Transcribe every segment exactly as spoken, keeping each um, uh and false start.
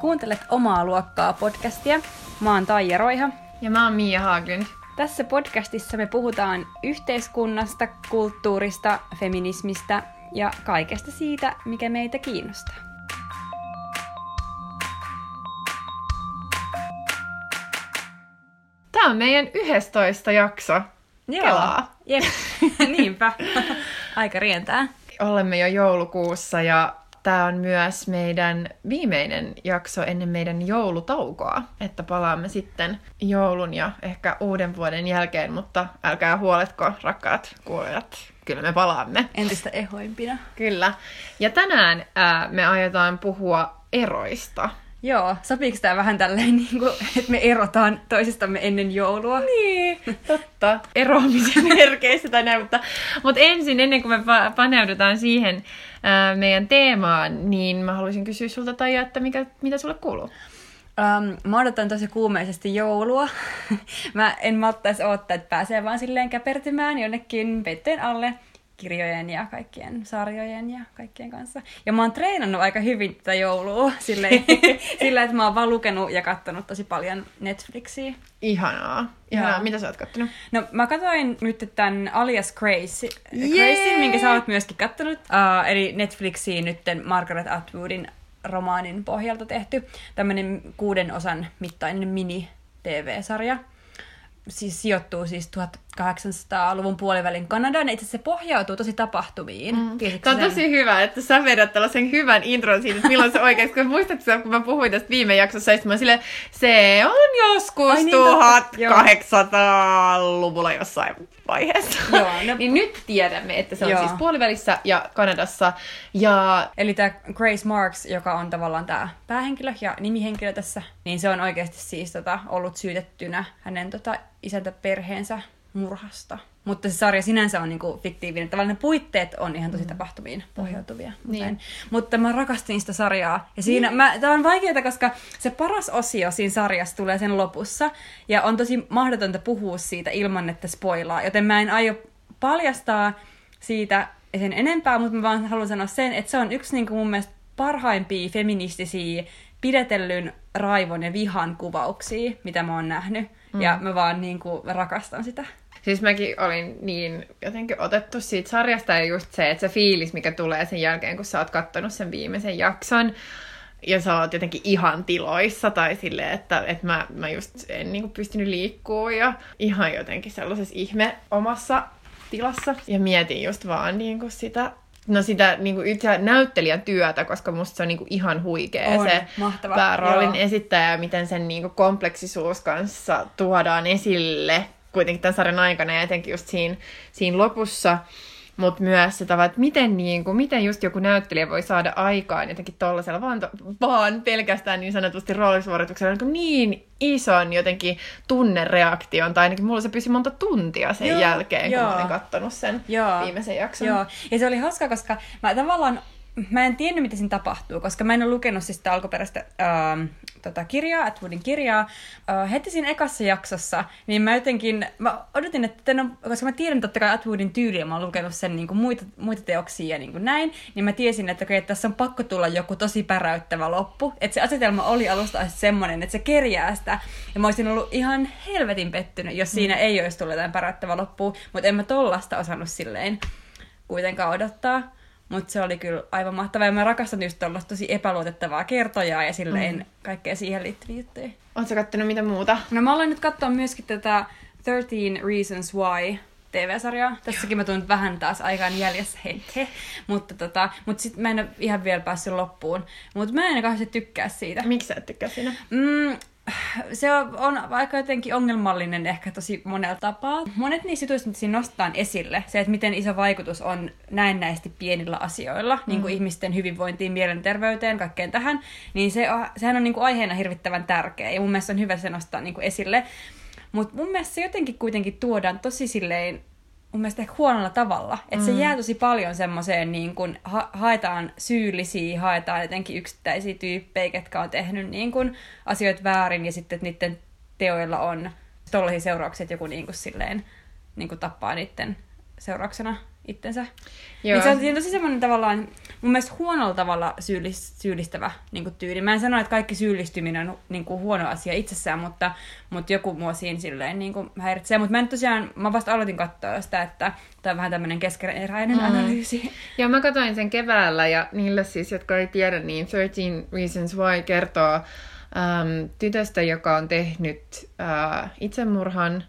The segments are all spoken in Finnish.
Kuuntelet Omaa luokkaa podcastia. Mä oon Taija Roiha. Ja mä oon Mia Haglund. Tässä podcastissa me puhutaan yhteiskunnasta, kulttuurista, feminismistä ja kaikesta siitä, mikä meitä kiinnostaa. Tää on meidän yhdestoista jakso. Joo. Kelaa. Jep. Niinpä. Aika rientää. Olemme jo joulukuussa ja tää on myös meidän viimeinen jakso ennen meidän joulutaukoa, että palaamme sitten joulun ja ehkä uuden vuoden jälkeen, mutta älkää huoletko, rakkaat kuulijat, kyllä me palaamme. Entistä ehoimpina. Kyllä. Ja tänään ää, me aiotaan puhua eroista. Joo, sopiiko tämä vähän tälleen, niin kuin, että me erotaan toisistamme ennen joulua? Niin, totta. Eroamisen merkeissä tai näin, mutta, mutta ensin, ennen kuin me paneudutaan siihen ää, meidän teemaan, niin mä haluaisin kysyä sulta, Taija, että mikä, mitä sulle kuuluu? Um, mä odotan tosi kuumeisesti joulua. Mä en malttaisi odottaa, että pääsee vaan silleen käpertymään jonnekin peitteen alle kirjojen ja kaikkien sarjojen ja kaikkien kanssa. Ja mä oon treenannut aika hyvin tätä joulua silleen, sillä, että mä oon vaan lukenut ja katsonut tosi paljon Netflixiä. Ihanaa. Ihanaa. Joo. Mitä sä oot kattonut? No mä katsoin nyt tämän Alias Grace, Jee! Grace minkä sä oot myöskin kattonut. Uh, eli Netflixiin nyt Margaret Atwoodin romaanin pohjalta tehty. Tämmönen kuuden osan mittainen mini-T V-sarja. Siis sijoittuu siis tuhatkahdeksansataaluvun puolivälin Kanadaan. Itse asiassa se pohjautuu tosi tapahtumiin. Mm. Tämä on tosi hyvä, että sä vedät tällaisen hyvän intron siitä, että milloin se oikeasti, kun muistatko, kun mä puhuin tästä viime jaksossa, mä silleen, se on joskus Ai niin, tuhatkahdeksansataaluvulla jossain vaiheessa. Joo, no, niin nyt tiedämme, että se on joo. siis puolivälissä ja Kanadassa. Ja Eli tämä Grace Marks, joka on tavallaan tämä päähenkilö ja nimihenkilö tässä, niin se on oikeasti siis tota, ollut syytettynä hänen tota, isäntäperheensä murhasta. Mutta se sarja sinänsä on niinku fiktiivinen. Tavallaan ne puitteet on ihan tosi tapahtumiin pohjautuvia. Niin. Mutta, mutta mä rakastin sitä sarjaa. Ja siinä, niin. mä, tää on vaikeaa, koska se paras osio siinä sarjassa tulee sen lopussa. Ja on tosi mahdotonta puhua siitä ilman, että spoilaa. Joten mä en aio paljastaa siitä sen enempää, mutta mä vaan haluan sanoa sen, että se on yksi niinku mun mielestä parhaimpia feministisiä pidetellyn raivon ja vihan kuvauksia, mitä mä oon nähnyt. Mm. Ja mä vaan niinku rakastan sitä. siis mäkin olin niin jotenkin otettu siitä sarjasta ja just se, että se fiilis, mikä tulee sen jälkeen, kun sä oot kattonut sen viimeisen jakson ja sä oot jotenkin ihan tiloissa tai silleen, että, että mä, mä just en niinku pystynyt liikkua ja ihan jotenkin sellaisessa ihme omassa tilassa ja mietin just vaan niinku sitä No sitä niinku itse näyttelijän työtä, koska musta se on niinku ihan huikea on, se mahtava. pääroolin Joo. esittäjä, miten sen niinku kompleksisuus kanssa tuodaan esille kuitenkin tämän sarjan aikana ja etenkin just siinä, siinä lopussa. Mutta myös se tava, että miten, niinku, miten just joku näyttelijä voi saada aikaan jotenkin tollasella vaan, to, vaan pelkästään niin sanotusti roolisuorituksella niin, niin ison jotenkin tunnereaktion, tai ainakin mulla se pysyi monta tuntia sen Joo, jälkeen, joo. kun mä olin kattonut sen Joo. viimeisen jakson. Joo, ja se oli hauska, koska mä tavallaan, mä en tiennyt, mitä siinä tapahtuu, koska mä en ole lukenut siis sitä alkuperäistä ähm, tota kirjaa, Atwoodin kirjaa. Äh, heti siinä ekassa jaksossa, niin mä jotenkin, mä odotin, että tämän, koska mä tiedän totta kai Atwoodin tyyliä, mä oon lukenut sen niin kuin muita, muita teoksia ja niin kuin näin, niin mä tiesin, että, okay, että tässä on pakko tulla joku tosi päräyttävä loppu. Että se asetelma oli alusta asti semmoinen, että se kerjää sitä. Ja mä olisin ollut ihan helvetin pettynyt, jos siinä mm. ei olisi tullut jotain päräyttävä loppu, mutta en mä tollasta osannut silleen kuitenkaan odottaa. Mutta se oli kyllä aivan mahtavaa. Ja mä rakastan just tuollaista tosi epäluotettavaa kertojaa ja silleen mm. kaikkea siihen liittyviä juttuja. Ootko sä kattonut mitä muuta? No mä aloin nyt katsoa myöskin tätä thirteen Reasons Why T V-sarjaa. Tässäkin mä tuun vähän taas aikaan jäljessä, he, he. Mutta tota, mut sit mä en ole ihan vielä päässyt loppuun. Mutta mä en kauheasti tykkää siitä. Miksi sä et tykkää siinä? Mm, se on, on aika jotenkin ongelmallinen ehkä tosi monella tapaa. Monet niistä jutuista, mitä siinä nostetaan esille, se, että miten iso vaikutus on näennäisesti pienillä asioilla, mm. niin kuin ihmisten hyvinvointiin, mielenterveyteen, kaikkeen tähän, niin se, sehän on niin kuin aiheena hirvittävän tärkeä, ja mun mielestä on hyvä se nostaa niin kuin esille. Mutta mun mielestä se jotenkin kuitenkin tuodaan tosi silleen, mun mielestä ehkä huonolla tavalla. Että se mm. jää tosi paljon semmoiseen, niin kun ha- haetaan syyllisiä, haetaan jotenkin yksittäisiä tyyppejä, ketkä on tehnyt niin kun asioita väärin, ja sitten, että niiden teoilla on tollaisia seurauksia, että joku niin kun silleen, niin kun tappaa niiden seurauksena itsensä. Joo. Niin se on, siinä on tosi semmoinen tavallaan, mun mielestä huonolla tavalla syyllis, syyllistävä niin kuin tyyli. Mä en sano, että kaikki syyllistyminen on niin kuin huono asia itsessään, mutta, mutta joku mua siinä silleen niin kuin häiritsee. Mutta mä en tosiaan, mä vasta aloitin katsoa sitä, että tämä on vähän tämmöinen keskeneräinen mm. analyysi. Joo, mä katsoin sen keväällä ja niille siis, jotka ei tiedä, niin thirteen Reasons Why kertoo äm, tytöstä, joka on tehnyt äh, itsemurhan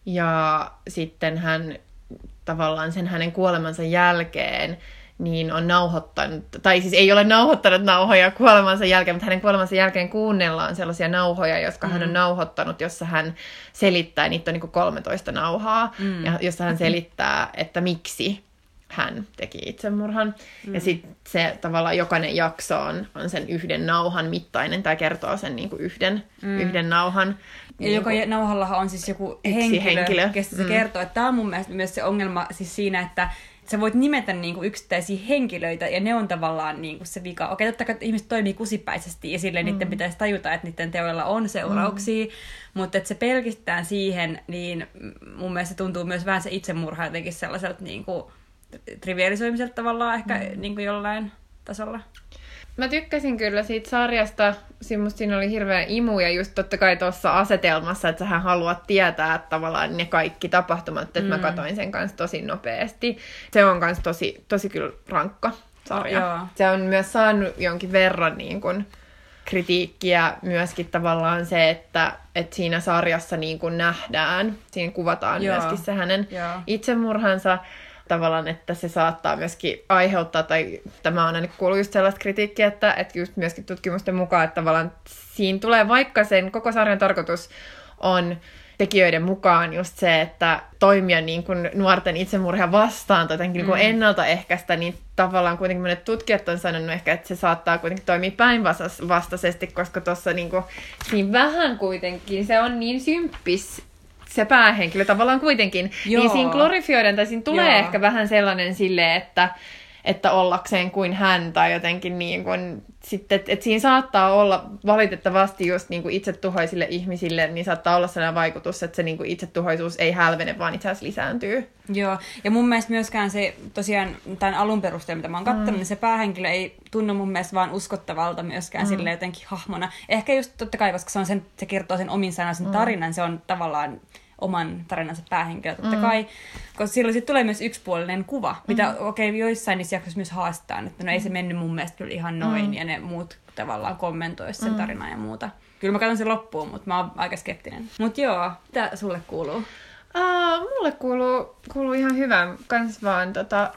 ja sitten hän tavallaan sen hänen kuolemansa jälkeen niin on nauhoittanut, tai siis ei ole nauhoittanut nauhoja kuolemansa jälkeen, mutta hänen kuolemansa jälkeen kuunnellaan sellaisia nauhoja, jotka mm. hän on nauhoittanut, jossa hän selittää, niitä on niin kuin kolmetoista nauhaa, mm. ja jossa hän selittää, että miksi hän teki itsemurhan. Mm. Ja sitten se tavallaan jokainen jakso on, on sen yhden nauhan mittainen, tai kertoo sen niin kuin yhden, mm. yhden nauhan. Ja niin joka kuin nauhallahan on siis joku henkilö, henkilö. kestä se mm. kertoo. Että tämä on mun mielestä myös se ongelma siis siinä, että sä voit nimetä niinku yksittäisiä henkilöitä, ja ne on tavallaan niinku se vika. Okei, totta kai ihmiset toimii kusipäisesti, ja silleen mm. niiden pitäisi tajuta, että niiden teoilla on seurauksia, mm. mutta että se pelkistään siihen, niin mun mielestä se tuntuu myös vähän se itsemurha jotenkin sellaiselta niinku trivialisoimiselta tavallaan ehkä mm. niinku jollain tasolla. Mä tykkäsin kyllä siitä sarjasta, musta siinä oli hirveä imu ja just totta kai tuossa asetelmassa, että sähän haluat tietää että tavallaan ne kaikki tapahtumat, että mm. mä katoin sen kanssa tosi nopeasti. Se on kanssa tosi, tosi kyllä rankka sarja. Oh, se on myös saanut jonkin verran niin kun kritiikkiä myöskin tavallaan se, että, että siinä sarjassa niin kun nähdään, siinä kuvataan joo. myöskin se hänen joo. itsemurhansa. Tavallaan, että se saattaa myöskin aiheuttaa, tai tämä on aina kuullut just sellaista kritiikkiä, että, että just myöskin tutkimusten mukaan, että tavallaan siinä tulee, vaikka sen koko sarjan tarkoitus on tekijöiden mukaan just se, että toimia niin kuin nuorten itsemurhia vastaan tai jotenkin mm. niin kuin ennaltaehkäistä, niin tavallaan kuitenkin monet tutkijat on sanonut ehkä, että se saattaa kuitenkin toimia päinvastaisesti, koska tuossa niin kuin, siinä vähän kuitenkin se on niin symppis, se päähenkilö tavallaan kuitenkin, joo. niin siinä glorifioidaan, tai siinä tulee joo. ehkä vähän sellainen silleen, että, että ollakseen kuin hän, tai jotenkin niin kuin, sitten, että, että siinä saattaa olla valitettavasti just niin kuin itsetuhoisille ihmisille, niin saattaa olla sellainen vaikutus, että se niin kuin itsetuhoisuus ei hälvene, vaan itse asiassa lisääntyy. Joo, ja mun mielestä myöskään se tosiaan tämän alun perusteella, mitä mä oon katsonut, mm. niin se päähenkilö ei tunnu mun mielestä vaan uskottavalta myöskään mm. sille jotenkin hahmona. Ehkä just totta kai, koska se, on sen, se kertoo sen omin sanaisen tarinan, mm. se on tavallaan oman tarinansa päähenkilö, totta mm. kai. Koska silloin sitten tulee myös yksipuolinen kuva, mitä mm. okei, okay, joissain niissä jaksoissa myös haastetaan, että no ei se mennyt mun mielestä kyllä ihan noin, mm. ja ne muut tavallaan kommentois sen mm. tarinaa ja muuta. Kyllä mä katson sen loppuun, mutta mä oon aika skeptinen. Mut joo, mitä sulle kuuluu? Uh, mulle kuuluu, kuuluu ihan hyvä. Kans vaan tota,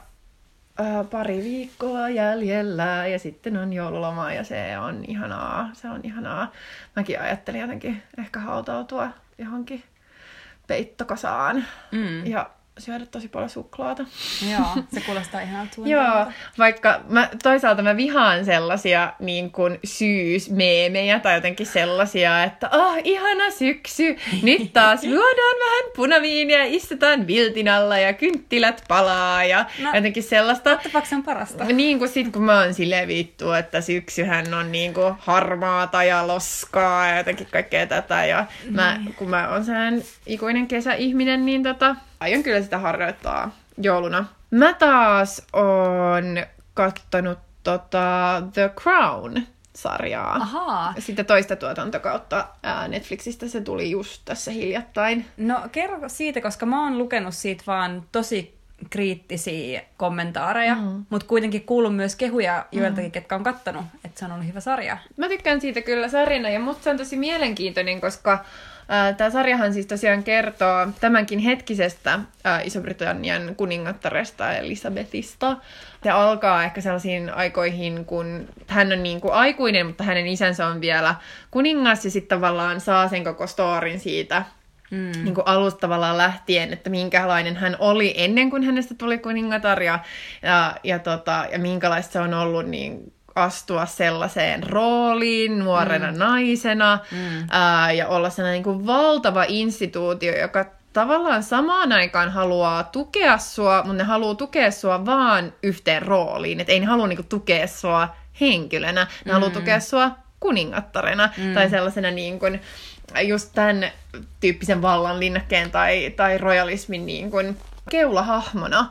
uh, pari viikkoa jäljellä ja sitten on joululoma ja se on ihanaa. Se on ihanaa. Mäkin ajattelin jotenkin ehkä hautautua johonkin peittokasaan mm. ja syödä tosi paljon suklaata. Joo, se kuulostaa ihan Joo, vaikka mä, toisaalta mä vihaan sellaisia niin kuin syysmeemejä tai jotenkin sellaisia, että ah, oh, ihana syksy, nyt taas juodaan vähän punaviiniä, istutaan viltin alla ja kynttilät palaa ja no, jotenkin sellaista. Ottapaks on parasta. Niin kuin sit kun mä oon silleen vittu, että syksyhän on niin kuin harmaata ja loskaa ja jotenkin kaikkea tätä ja mm. mä, kun mä oon sellainen ikuinen kesäihminen, niin tota aion kyllä sitä harjoittaa jouluna. Mä taas oon kattonut tota The Crown-sarjaa. Ahaa. Sitten toista tuotantokautta ää, Netflixistä se tuli just tässä hiljattain. No kerro siitä, koska mä oon lukenut siitä vaan tosi kriittisiä kommentaareja, mm. mutta kuitenkin kuulun myös kehuja joiltakin, mm. ketkä on kattonut, että se on ollut hyvä sarja. Mä tykkään siitä kyllä sarjana ja musta se on tosi mielenkiintoinen, koska tämä sarjahan siis tosiaan kertoo tämänkin hetkisestä ää, Iso-Britannian kuningattaresta Elisabethista. Se alkaa ehkä sellaisiin aikoihin, kun hän on niin kuin aikuinen, mutta hänen isänsä on vielä kuningas ja sitten tavallaan saa sen koko storin siitä mm. niin kuin alusta tavallaan lähtien, että minkälainen hän oli ennen kuin hänestä tuli kuningatar ja, ja, ja, tota, ja minkälaista se on ollut niin astua sellaiseen rooliin nuorena mm. naisena mm. Ää, ja olla sellainen niin kuin valtava instituutio, joka tavallaan samaan aikaan haluaa tukea sua, mutta ne haluaa tukea sua vaan yhteen rooliin. Et ei ne halua niin kuin tukea sua henkilönä, ne mm. haluaa tukea sua kuningattarena mm. tai sellaisena niin kuin just tämän tyyppisen vallanlinnakkeen tai, tai royalismin niin kuin keulahahmona.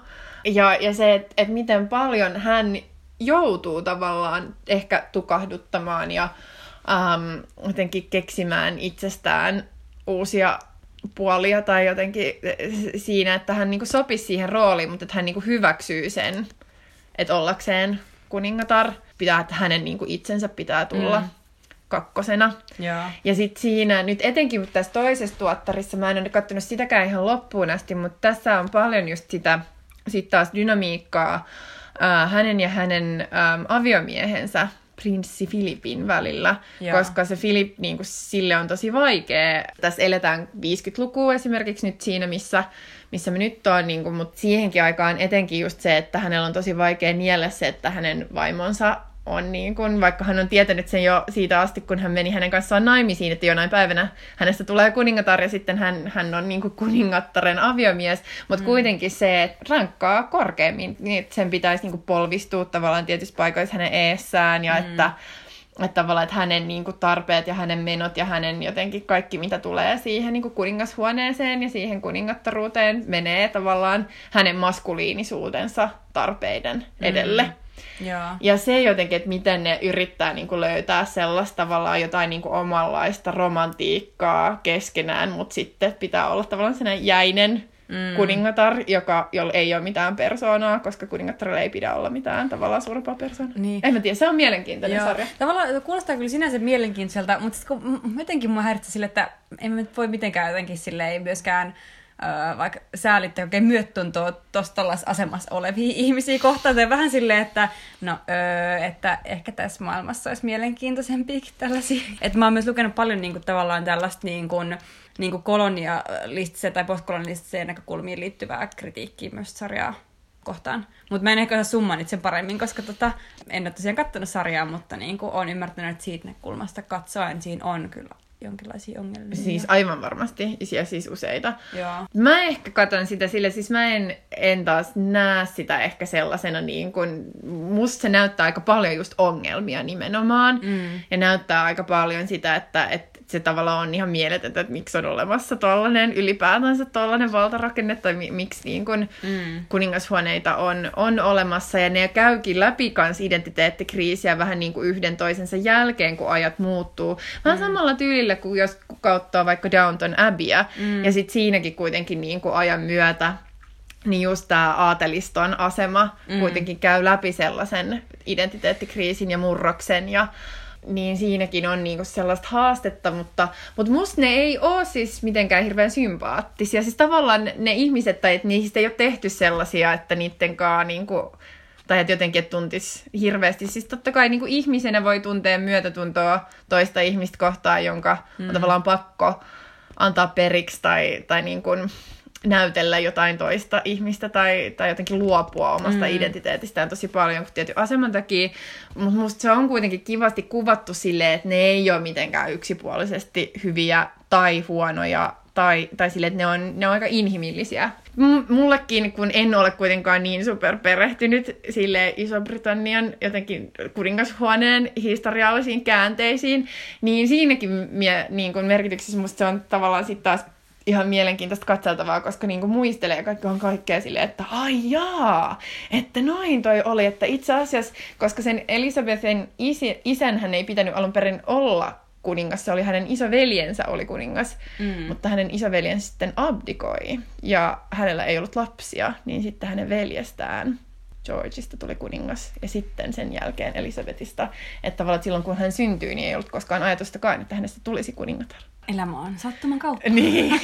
Ja, ja se, että et miten paljon hän joutuu tavallaan ehkä tukahduttamaan ja ähm, jotenkin keksimään itsestään uusia puolia tai jotenkin siinä, että hän niinku sopisi siihen rooliin, mutta että hän niinku hyväksyy sen, että ollakseen kuningatar pitää, että hänen niinku itsensä pitää tulla mm. kakkosena. Yeah. Ja sitten siinä, nyt etenkin tässä toisessa tuottarissa, mä en ole katsonut sitäkään ihan loppuun asti, mutta tässä on paljon just sitä sit taas dynamiikkaa ää, hänen ja hänen ää, aviomiehensä, prinssi Filipin välillä, yeah. koska se Filip, niin kuin, sille on tosi vaikea. Tässä eletään viisikymmentälukua esimerkiksi nyt siinä, missä, missä me nyt on, niin kuin, mutta siihenkin aikaan etenkin just se, että hänellä on tosi vaikea niellä se, että hänen vaimonsa on niin kuin, vaikka hän on tietänyt sen jo siitä asti, kun hän meni hänen kanssaan naimisiin, että jonain päivänä hänestä tulee kuningatar ja sitten hän, hän on niin kuin kuningattaren aviomies, mutta mm. kuitenkin se, että rankkaa korkeammin, niin että sen pitäisi niin kuin polvistua tavallaan tietyissä paikoissa hänen eessään ja mm. että, että tavallaan että hänen niin kuin tarpeet ja hänen menot ja hänen jotenkin kaikki, mitä tulee siihen niin kuin kuningashuoneeseen ja siihen kuningattaruuteen, menee tavallaan hänen maskuliinisuutensa tarpeiden edelle. Mm. Ja. ja se jotenkin, että miten ne yrittää niin kuin löytää sellaista tavallaan jotain niin kuin omanlaista romantiikkaa keskenään, mutta sitten pitää olla tavallaan sellainen jäinen mm. kuningatar, joka, jolla ei ole mitään persoonaa, koska kuningattarilla ei pidä olla mitään tavallaan suurempaa persoonaa. Niin. En mä tiedä, se on mielenkiintoinen Joo. sarja. Tavallaan kuulostaa kyllä sinänsä mielenkiintoiselta, mutta sitten kun jotenkin mua häiritsee sille, että en mä voi mitenkään jotenkin silleen myöskään Öö, vaikka säälitte oikein myöttuntoa tuossa tuollaisessa asemassa olevia ihmisiä kohtaan. Tai vähän silleen, että no, öö, että ehkä tässä maailmassa olisi mielenkiintoisempiakin tällaisia. Että mä oon myös lukenut paljon niin kuin, tavallaan tällaista niin kuin, niin kuin kolonialistiseen tai postkolonialistiseen näkökulmiin liittyvää kritiikkiä myös sarjaa kohtaan. Mutta mä en ehkä osaa summan itse paremmin, koska tota, en ole tosiaan katsonut sarjaa, mutta niin kuin, olen ymmärtänyt, että siitä näkökulmasta katsoen siinä on kyllä jonkinlaisia ongelmia. Siis aivan varmasti, ja siis useita. Joo. Mä ehkä katson sitä sille, siis mä en, en taas näe sitä ehkä sellaisena niin kuin, musta se näyttää aika paljon just ongelmia nimenomaan, mm. ja näyttää aika paljon sitä, että, että se tavallaan on ihan mieletöntä, että miksi on olemassa tollainen, ylipäätänsä tollainen valtarakenne, tai mi- miksi niin kuin mm. kuningashuoneita on, on olemassa, ja ne käykin läpi kans identiteettikriisiä vähän niin kuin yhden toisensa jälkeen, kun ajat muuttuu. Vähän mm. samalla tyylillä, kuin jos katsoo vaikka Downton Abbeyä, mm. ja sitten siinäkin kuitenkin niin kuin ajan myötä, niin just tämä aateliston asema mm. kuitenkin käy läpi sellaisen identiteettikriisin ja murroksen, ja niin siinäkin on niinku sellaista haastetta, mutta, mutta musta ne ei ole siis mitenkään hirveän sympaattisia. Siis tavallaan ne ihmiset, tai että niistä ei ole tehty sellaisia, että niittenkaan niinku, tai että jotenkin että tuntisi hirveästi. Siis totta kai niinku ihmisenä voi tuntea myötätuntoa toista ihmistä kohtaan, jonka mm. on tavallaan pakko antaa periksi tai, tai niinku näytellä jotain toista ihmistä tai, tai jotenkin luopua omasta mm. identiteetistään tosi paljon tietyn aseman takia. Mutta musta se on kuitenkin kivasti kuvattu silleen, että ne ei ole mitenkään yksipuolisesti hyviä tai huonoja tai, tai silleen, että ne on, ne on aika inhimillisiä. M- mullekin, kun en ole kuitenkaan niin superperehtynyt silleen Iso-Britannian jotenkin kuningashuoneen historiallisiin käänteisiin, niin siinäkin mie, niin kun merkityksessä musta se on tavallaan sitten taas ihan mielenkiintoista katseltavaa, koska niinku muistelee kaikki on kaikkea silleen, että ai jaa, että noin toi oli, että itse asiassa, koska sen Elisabethin isi, isänhän ei pitänyt alun perin olla kuningas, se oli hänen isoveljensä oli kuningas, mm. mutta hänen isoveljensä sitten abdikoi ja hänellä ei ollut lapsia, niin sitten hänen veljestään Georgeista tuli kuningas ja sitten sen jälkeen Elisabetista, että tavallaan silloin kun hän syntyi, niin ei ollut koskaan ajatustakaan, että hänestä tulisi kuningatar. Elämä on sattuman kautta. Niin.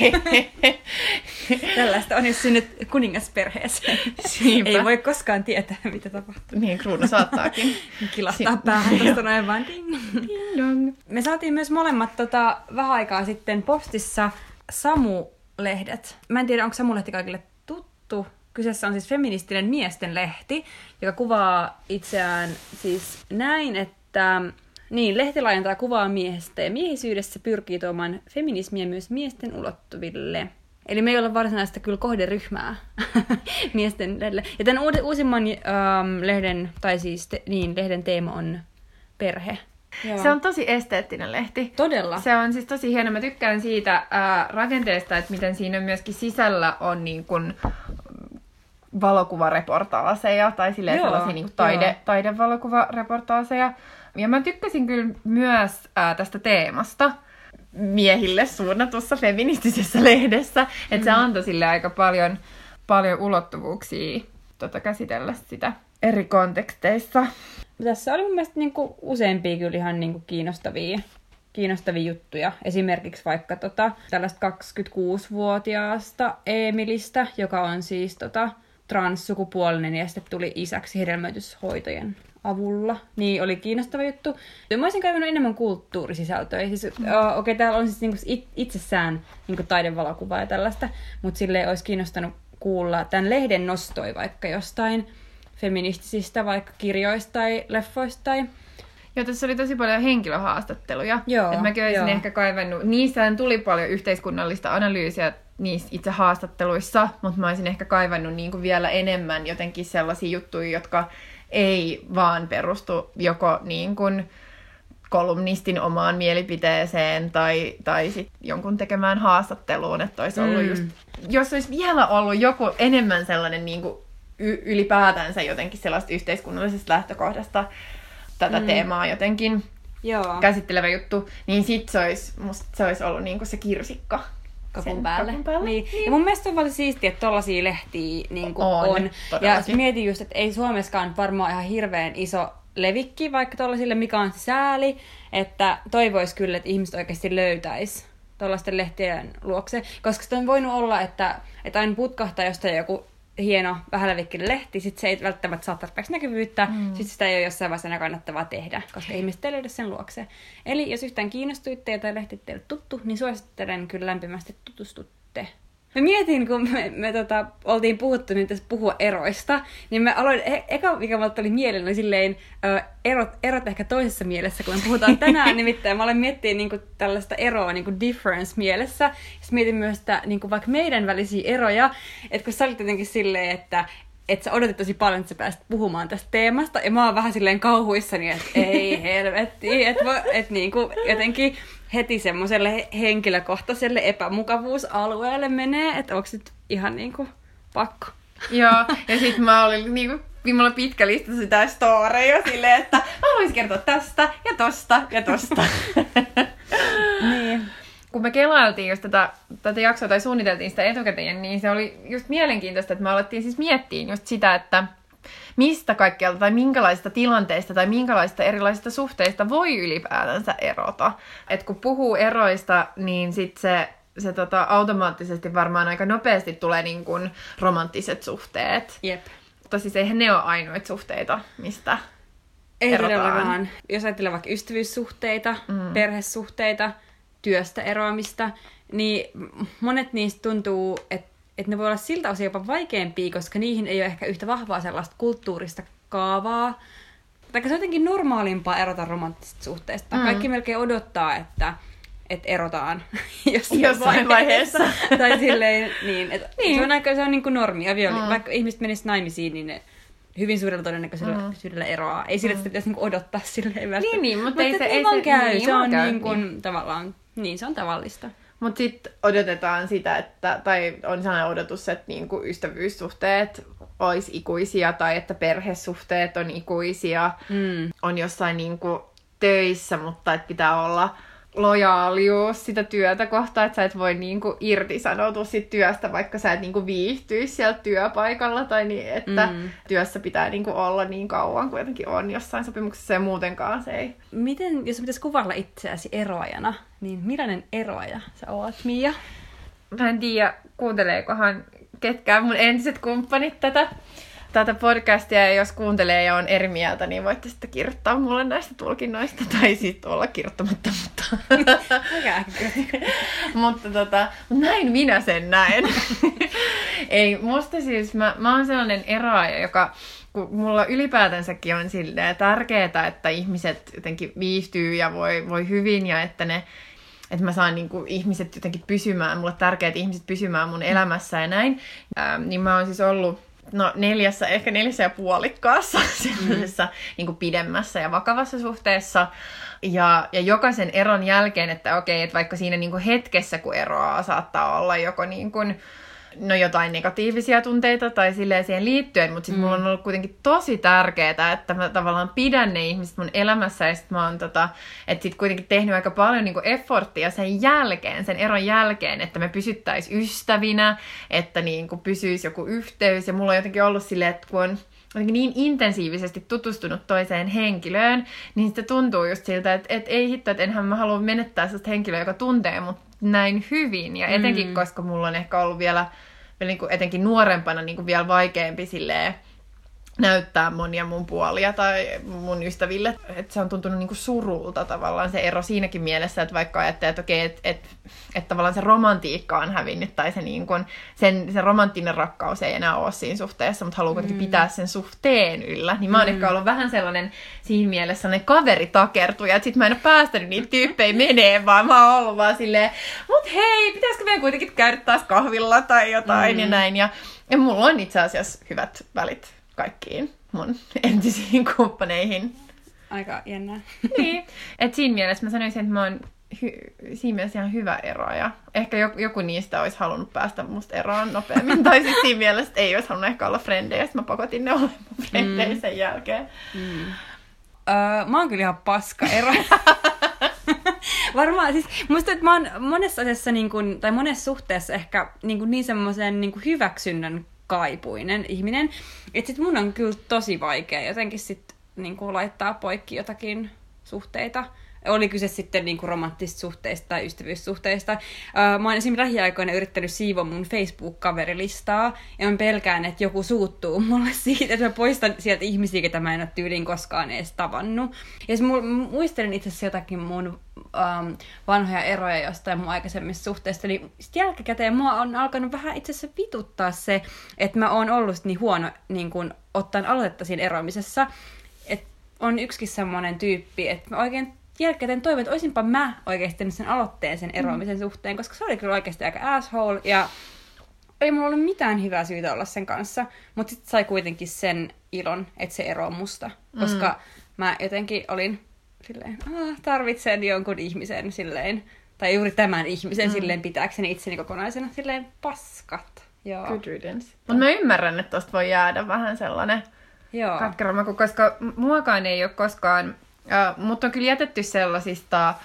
Tällaista on, jos synnyt kuningasperheeseen. Siipä. Ei voi koskaan tietää, mitä tapahtuu. Niin, kruunu saattaakin. Kilahtaa päähän tuosta noin vaan ding. Ding dong. Me saatiin myös molemmat tota, vähän aikaa sitten postissa Samu-lehdet. Mä en tiedä, onko Samu-lehti kaikille tuttu. Kyseessä on siis feministinen miesten lehti, joka kuvaa itseään siis näin, että niin, lehti laajentaa kuvaa miehestä ja miehisyydessä pyrkii tuomaan feminismiä myös miesten ulottuville. Eli me ei olla varsinaista kyllä kohderyhmää miesten lehdelle. Ja tämän uusimman ähm, lehden, tai siis te, niin, lehden teema on perhe. Joo. Se on tosi esteettinen lehti. Todella. Se on siis tosi hieno. Mä tykkään siitä ää, rakenteesta, että miten siinä myöskin sisällä on niin kun valokuvareportaaseja tai silleen Joo, sellaisia niin kuin taide, joo. taidevalokuvareportaaseja. Ja mä tykkäsin kyllä myös ää, tästä teemasta miehille suunnatussa feministisessä lehdessä, että mm. se antoi sille aika paljon, paljon ulottuvuuksia tota, käsitellä sitä eri konteksteissa. Tässä oli mun mielestä niinku useampia kyllä ihan niinku kiinnostavia, kiinnostavia juttuja. Esimerkiksi vaikka tota, tällaista kaksikymmentäkuusivuotiaasta Emilistä, joka on siis tota, transsukupuolinen ja sitten tuli isäksi hedelmöityshoitojen avulla. Niin oli kiinnostava juttu. Mä olisin kaivannut enemmän kulttuurisisältöä. Siis, mm. uh, Okei, okay, täällä on siis niinku it, itsessään niinku taidevalokuvaa ja tällaista, mutta silleen olisi kiinnostanut kuulla tämän lehden nostoi vaikka jostain feministisistä vaikka kirjoista tai leffoista. Tai... Joo, tässä oli tosi paljon henkilöhaastatteluja. Joo, Et mäkin olisin joo. ehkä kaivannut. Niissähän tuli paljon yhteiskunnallista analyysiä niissä itse haastatteluissa, mutta mä olisin ehkä kaivannut niin kuin vielä enemmän jotenkin sellaisia juttuja, jotka ei vaan perustu joko niin kuin kolumnistin omaan mielipiteeseen tai, tai sit jonkun tekemään haastatteluun, että olisi ollut Mm. just, jos olisi vielä ollut joku enemmän sellainen niin kuin y- ylipäätänsä jotenkin sellaista yhteiskunnallisesta lähtökohdasta tätä mm. teemaa jotenkin Joo. käsittelevä juttu, niin sit se olisi, musta se olisi ollut niin kuin se kirsikka. Kakun sen päälle. kakun päälle. Niin. Niin. Ja mun mielestä on paljon siistiä, että tollaisia lehtiä niin kuin On, on. todellakin. Ja mietin just, että ei Suomessakaan varmaan ihan hirveän iso levikki vaikka tollasille, mikä on sääli, että toivois kyllä, että ihmiset oikeasti löytäisi tollaisten lehtien luokse. Koska sitten on voinut olla, että, että aina putkahtaa jostain joku hieno, vähälevikkinen lehti, sit se ei välttämättä saa tarpeeksi näkyvyyttä, mm. sit sitä ei ole jossain vaiheessa enää kannattavaa tehdä, koska ihmiset ei löydä sen luokse. Eli jos yhtään kiinnostuitte tai lehti teille tuttu, niin suosittelen kyllä lämpimästi, että tutustutte. Mä mietin, kun me, me tota, oltiin puhuttu nyt tässä puhua eroista, niin mä aloin, e- eka mikä mulle tuli mieleen, oli silleen ö, erot, erot ehkä toisessa mielessä, kun me puhutaan tänään nimittäin. Mä aloin miettiä niinku tällaista eroa niinku difference mielessä. Sitten mietin myös sitä, niinku vaikka meidän välisiä eroja, että kun sä olit jotenkin silleen, että että sä odotit tosi paljon, että sä pääsit puhumaan tästä teemasta, ja mä oon vähän silleen kauhuissani, että ei helvetti, että et niinku jotenkin heti semmoiselle henkilökohtaiselle epämukavuusalueelle menee, että onko nyt ihan niinku pakko. Joo, ja sit mä olin niinku, minulla oli pitkä lista sitä storeja silleen, että mä haluaisin kertoa tästä ja tosta ja tosta. Niin. Kun me kelailtiin just tätä, tätä jaksoa tai suunniteltiin sitä etukäteen, niin se oli just mielenkiintoista, että me alettiin siis miettiä just sitä, että mistä kaikkialta tai minkälaisista tilanteista tai minkälaisista erilaisista suhteista voi ylipäätänsä erota. Et kun puhuu eroista, niin sit se, se tota, automaattisesti varmaan aika nopeasti tulee niin kuin romanttiset suhteet. Jep. Mutta siis eihän ne ole ainoita suhteita, mistä Ei erotaan. todellakaan. Jos ajatellaan vaikka ystävyyssuhteita, mm. perhesuhteita, työstä eroamista, niin monet niistä tuntuu, että, että ne voi olla siltä osin jopa vaikeampia, koska niihin ei ole ehkä yhtä vahvaa sellaista kulttuurista kaavaa. Tai se on jotenkin normaalimpaa erota romanttisista suhteista. Mm. Kaikki melkein odottaa, että, että erotaan jossain, jossain vaiheessa. vaiheessa. Tai silleen, niin, että niin. Se on aika se on niin kuin normi. Avioli. Mm. Vaikka ihmiset menisivät naimisiin, niin ne hyvin suurella todennäköisyydellä mm. eroaa. Ei sillä, että sitä pitäisi niinku odottaa silleen välttämättä. Niin, niin, mutta, mutta ei se, ei ei vaan se käy. Niin, se on käy, niin kuin niin. tavallaan, niin se on tavallista. Mutta sitten odotetaan sitä, että, tai on sellainen odotus, että niinku ystävyyssuhteet olisi ikuisia, tai että perhesuhteet on ikuisia, Mm. on jossain niinku töissä, mutta että pitää olla lojaalius sitä työtä kohtaan, että sä et voi niinku irtisanoutua siitä työstä, vaikka sä et niinku viihtyisi siellä työpaikalla, tai niin, että mm. työssä pitää niinku olla niin kauan kuin jotenkin on jossain sopimuksessa, ja muutenkaan se ei. Miten, jos pitäisi kuvailla itseäsi eroajana, niin millainen eroaja sä oot, Mia? Mä en tiedä, kuunteleekohan ketkään mun entiset kumppanit tätä, tätä podcastia, ja jos kuuntelee ja on eri mieltä, niin voitte sitten kirjoittaa mulle näistä tulkinnoista, tai sitten olla kirjoittamatta, mutta, mutta tota, näin minä sen näen. Ei, musta siis, mä, mä oon sellainen eroaja, joka, kun mulla ylipäätänsäkin on silleen tärkeää, että ihmiset jotenkin viihtyy ja voi, voi hyvin, ja että ne että mä saan niinku ihmiset jotenkin pysymään, mulle tärkeät ihmiset pysymään mun elämässä ja näin, ähm, niin mä oon siis ollut no neljässä, ehkä neljässä ja puolikkaassa sellaisessa mm. niin kuin pidemmässä ja vakavassa suhteessa. Ja, ja jokaisen eron jälkeen, että okei, että vaikka siinä niin kuin hetkessä, kun eroaa, saattaa olla joko niin kuin no jotain negatiivisia tunteita tai silleen siihen liittyen, mutta sitten mm. mulla on ollut kuitenkin tosi tärkeää, että mä tavallaan pidän ne ihmiset mun elämässä ja sit mä oon tota, että sit kuitenkin tehnyt aika paljon niinku efforttia sen jälkeen, sen eron jälkeen, että me pysyttäisiin ystävinä, että niinku pysyisi joku yhteys ja mulla on jotenkin ollut silleen, että kun on jotenkin niin intensiivisesti tutustunut toiseen henkilöön, niin sitten tuntuu just siltä, että, että ei hitto, että enhän mä halua menettää sellaista henkilöä, joka tuntee mut näin hyvin. Ja etenkin, mm. koska mulla on ehkä ollut vielä, vielä niin kuin etenkin nuorempana niin kuin vielä vaikeampi silleen, näyttää monia mun puolia tai mun ystäville. Että se on tuntunut niinku surulta tavallaan se ero siinäkin mielessä, että vaikka ajattelee, että okei, että et, et tavallaan se romantiikka on hävinnyt tai se, niinku, sen, se romanttinen rakkaus ei enää ole siinä suhteessa, mutta haluaa kuitenkin mm. pitää sen suhteen yllä. Niin mä oon mm. ehkä ollut vähän sellainen siinä mielessä sellainen kaveritakertuja, että sit mä en ole päästänyt niitä tyyppejä menee, vaan mä oon ollut vaan silleen, mut hei, pitäisikö meidän kuitenkin käydä taas kahvilla tai jotain mm. ja näin. Ja, ja mulla on itse asiassa hyvät välit kaikkiin mun entisiin kumppaneihin. Aika jännää. Niin. Et siinä mielessä mä sanoisin, että mä oon hy- siinä mielessä ihan hyvä ero. Ja ehkä joku, joku niistä olisi halunnut päästä musta eroon nopeammin. Tai siis siinä mielessä ei olisi halunnut ehkä olla frendejä. Sitten mä pakotin ne olemaan frendejä mm. sen jälkeen. Mm. Öö, mä oon kyllä ihan paska ero. Varmaan, siis musta, että mä oon monessa asiassa, niin kun, tai monessa suhteessa ehkä niin, kun niin semmoisen niin kun hyväksynnän kaipuinen ihminen. Että sit mun on kyllä tosi vaikea jotenkin sit niinku laittaa poikki jotakin suhteita. Oli kyse sitten niinku romanttisista suhteista tai ystävyyssuhteista. Uh, mä oon esimerkiksi lähiaikoina yrittänyt siivoa mun Facebook-kaverilistaa, ja mä pelkään, että joku suuttuu mulle siitä, että mä poistan sieltä ihmisiä, ketä mä en ole tyyliin koskaan edes tavannut. Ja mä muistelen itse asiassa jotakin mun um, vanhoja eroja jostain mun aikaisemmista suhteista, niin sit jälkikäteen mua on alkanut vähän itse asiassa vituttaa se, että mä oon ollut niin huono niin kun ottaen aloitetta siinä eroamisessa. Että on yksikin semmoinen tyyppi, että mä oikein jälkikäteen toivon, että olisinpa mä oikeasti tehnyt sen aloitteen sen eroamisen mm. suhteen, koska se oli kyllä oikeasti aika asshole, ja ei mulla ollut mitään hyvää syytä olla sen kanssa, mutta sitten sai kuitenkin sen ilon, että se eroaa musta, koska mm. mä jotenkin olin silleen, ah, tarvitsen jonkun ihmisen silleen, tai juuri tämän ihmisen mm. silleen pitääkseni itseni kokonaisena, silleen paskat. Joo. Good riddance. Mutta mä ymmärrän, että tosta voi jäädä vähän sellainen katkerama, koska muakaan ei ole koskaan. Uh, mutta on kyllä jätetty sellaisista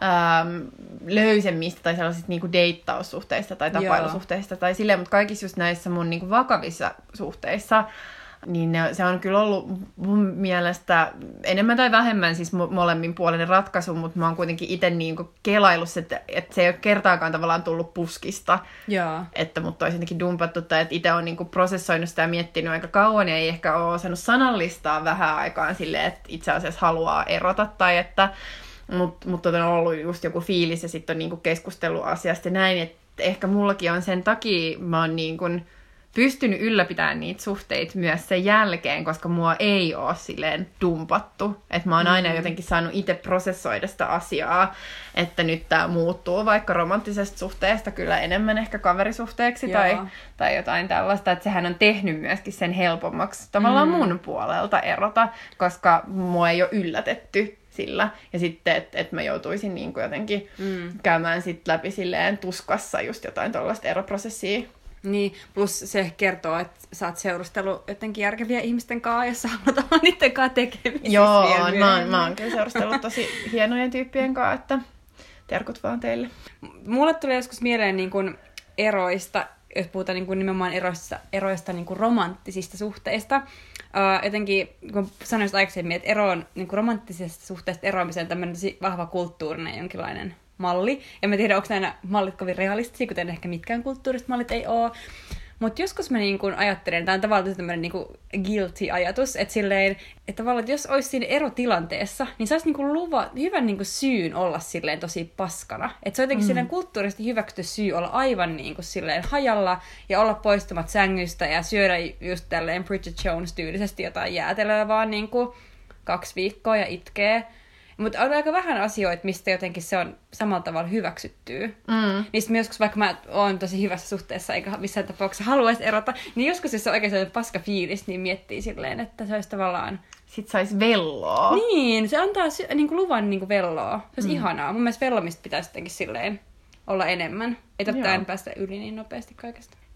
um, löysemmistä tai sellaisista niinku deittaussuhteista tai tapailusuhteista tai silleen, mutta kaikissa just näissä mun niinku vakavissa suhteissa, niin ne, se on kyllä ollut mun mielestä enemmän tai vähemmän siis molemmin puolinen ratkaisu, mutta mä oon kuitenkin itse niinku kelaillut, että, että se ei ole kertaakaan tavallaan tullut puskista, Jaa. että mut olisi jotenkin dumpattu tai että itse on niinku prosessoinut sitä ja miettinyt aika kauan ja ei ehkä ole osannut sanallistaa vähän aikaan silleen, että itse asiassa haluaa erota tai että, mutta mut on ollut just joku fiilis ja sitten on niinku keskustellut asiasta ja näin, että ehkä mullakin on sen takia, mä oon niinku pystynyt ylläpitämään niitä suhteita myös sen jälkeen, koska mua ei ole silleen dumpattu. Että mä oon aina jotenkin saanut itse prosessoida sitä asiaa, että nyt tää muuttuu vaikka romanttisesta suhteesta kyllä enemmän ehkä kaverisuhteeksi tai, tai jotain tällaista. Että sehän on tehnyt myöskin sen helpommaksi tavallaan mm. mun puolelta erota, koska mua ei ole yllätetty sillä. Ja sitten, että et mä joutuisin niin kuin jotenkin mm. käymään sit läpi silleen tuskassa just jotain tollaista eroprosessia. Niin, plus se kertoo, että sä oot seurustellut jotenkin järkeviä ihmisten kanssa, ja sä haluat olla niiden kanssa tekemisissä. Joo, mä oon, mä oon kyllä seurustellut tosi hienojen tyyppien kanssa, että terkut vaan teille. Mulle tulee joskus mieleen niin kuin eroista, jos puhutaan niin kuin nimenomaan eroista, eroista niin kuin romanttisista suhteista. Uh, jotenkin, kun sanoisin aikaisemmin, että ero on niin kuin romanttisesta suhteesta eroamiseen tämmöinen tosi vahva kulttuurinen jonkinlainen malli. En mä tiedä, onko nämä mallit kovin realistisia, kuten ehkä mitkään kulttuuriset mallit ei ole. Mutta joskus mä niin kun ajattelen, tämä on tavallaan tämmöinen niin guilty-ajatus, että silleen, että tavallaan, että jos olisi siinä erotilanteessa, niin saisi niin kuin luva, hyvän niin kuin syyn olla silleen tosi paskana. Että se on jotenkin mm. silleen kulttuurisesti hyväksytty syy olla aivan niin kuin silleen hajalla ja olla poistumat sängystä ja syödä just tälleen Bridget Jones-tyylisesti jotain jäätelöä vaan niin kuin kaksi viikkoa ja itkee. Mutta on aika vähän asioita, mistä jotenkin se on samalla tavalla hyväksyttyä. Mm. Niin joskus, vaikka mä oon tosi hyvässä suhteessa, eikä missään tapauksessa haluaisi erota, niin joskus, jos on oikein sellainen paska fiilis, niin miettii silleen, että se olisi tavallaan... Sitten saisi velloa. Niin, se antaa niinku luvan niinku velloa. Se olisi mm. ihanaa. Mun mielestä vellomista pitäisi jotenkin silleen olla enemmän. Ei totta aina päästä yli niin nopeasti kaikesta.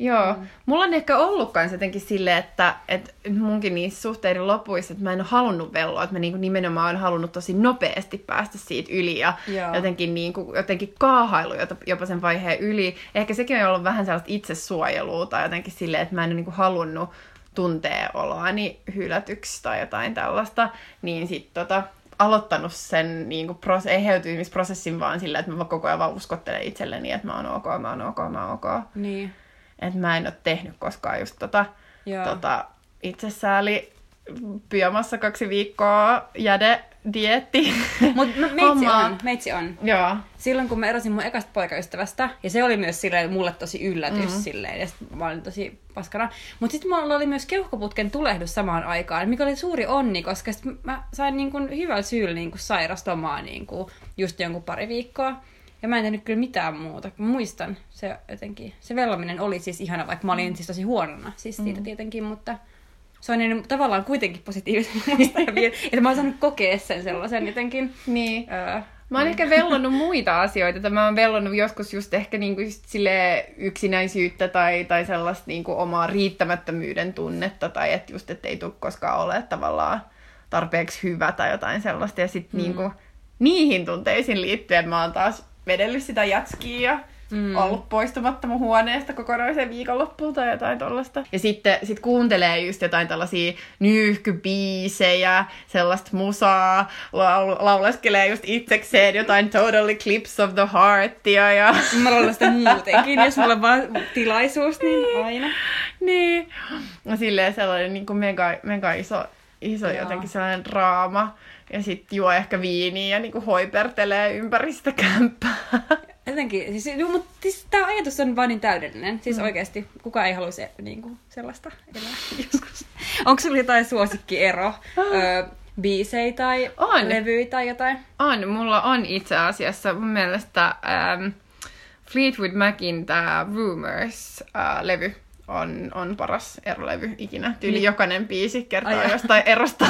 Joo. Mm. Mulla on ehkä ollut kans jotenkin silleen, että, että munkin niissä suhteiden lopuissa, että mä en ole halunnut velloa, että mä niinku nimenomaan olen halunnut tosi nopeasti päästä siitä yli ja Joo. jotenkin, niinku, jotenkin kaahailu jopa sen vaiheen yli. Ehkä sekin on ollut vähän sellaista itsesuojelua tai jotenkin silleen, että mä en ole niinku halunnut tuntea oloani hylätyksi tai jotain tällaista, niin sit tota... aloittanut sen niin kuin pros- eheytymisprosessin vaan sillä, että mä koko ajan vaan uskottelen itselleni, että mä oon ok, mä oon ok, mä oon ok. Niin. Että mä en ole tehnyt koskaan just tota, tota itsesääli pyjamassa kaksi viikkoa jäde dieetti. Mutta meitsi on, meitsi on. Joo. Silloin kun mä erosin mun ekasta poikaystävästä, ja se oli myös silleen mulle tosi yllätys mm. silleen, ja mä olin tosi paskana. Mutta sitten mulla oli myös keuhkoputken tulehdus samaan aikaan, mikä oli suuri onni, koska sit mä sain niin kun hyvällä syyllä niin kun sairastomaa niin kun just jonkun pari viikkoa. Ja mä en tehnyt kyllä mitään muuta. Mä muistan, se jotenkin, se vellominen oli siis ihana, vaikka mä olin mm. siis tosi huonona siis siitä mm. tietenkin, mutta se on niin, tavallaan kuitenkin positiivisen muistaa, että mä oon saanut kokea sen sellaisen jotenkin. Niin. Öö, mä oon niin. ehkä vellonnut muita asioita, että mä oon vellonnut joskus just ehkä niinku just yksinäisyyttä tai, tai sellaista niinku omaa riittämättömyyden tunnetta tai että just, että ei tule koskaan ole tavallaan tarpeeksi hyvä tai jotain sellaista. Ja sitten mm. niinku, niihin tunteisiin liittyen mä oon taas vedellyt sitä jatskia ja mm. ollut poistumatta mun huoneesta kokonaisen viikonloppuun tai jotain tollaista. Ja sitten sit kuuntelee just jotain tällaisia nyyhkybiisejä, sellaista musaa, laul- lauleskelee just itsekseen jotain Total Eclipse of the Heartia. Ja... Mä laulan sitä muutenkin, jos mulla on vaan tilaisuus, niin aina. Niin. Ja silleen sellainen niin kuin mega, mega iso, iso jotenkin sellainen draama. Ja sitten juo ehkä viiniä ja niinku hoipertelee ympäri sitä kämppää. Jotenkin, siis, no, mutta siis tämä ajatus on vaan niin täydellinen. Siis mm. oikeasti, kukaan ei halua se, niinku, sellaista elää joskus. Onko sulla jotain suosikkiero? Öö, biisejä tai on. levyjä tai jotain? On, mulla on itse asiassa mun mielestä ähm, Fleetwood Macin tämä Rumours-levy. On, on paras erolevy ikinä. Tyyli niin. Jokainen biisi kertoo Ai jostain erosta.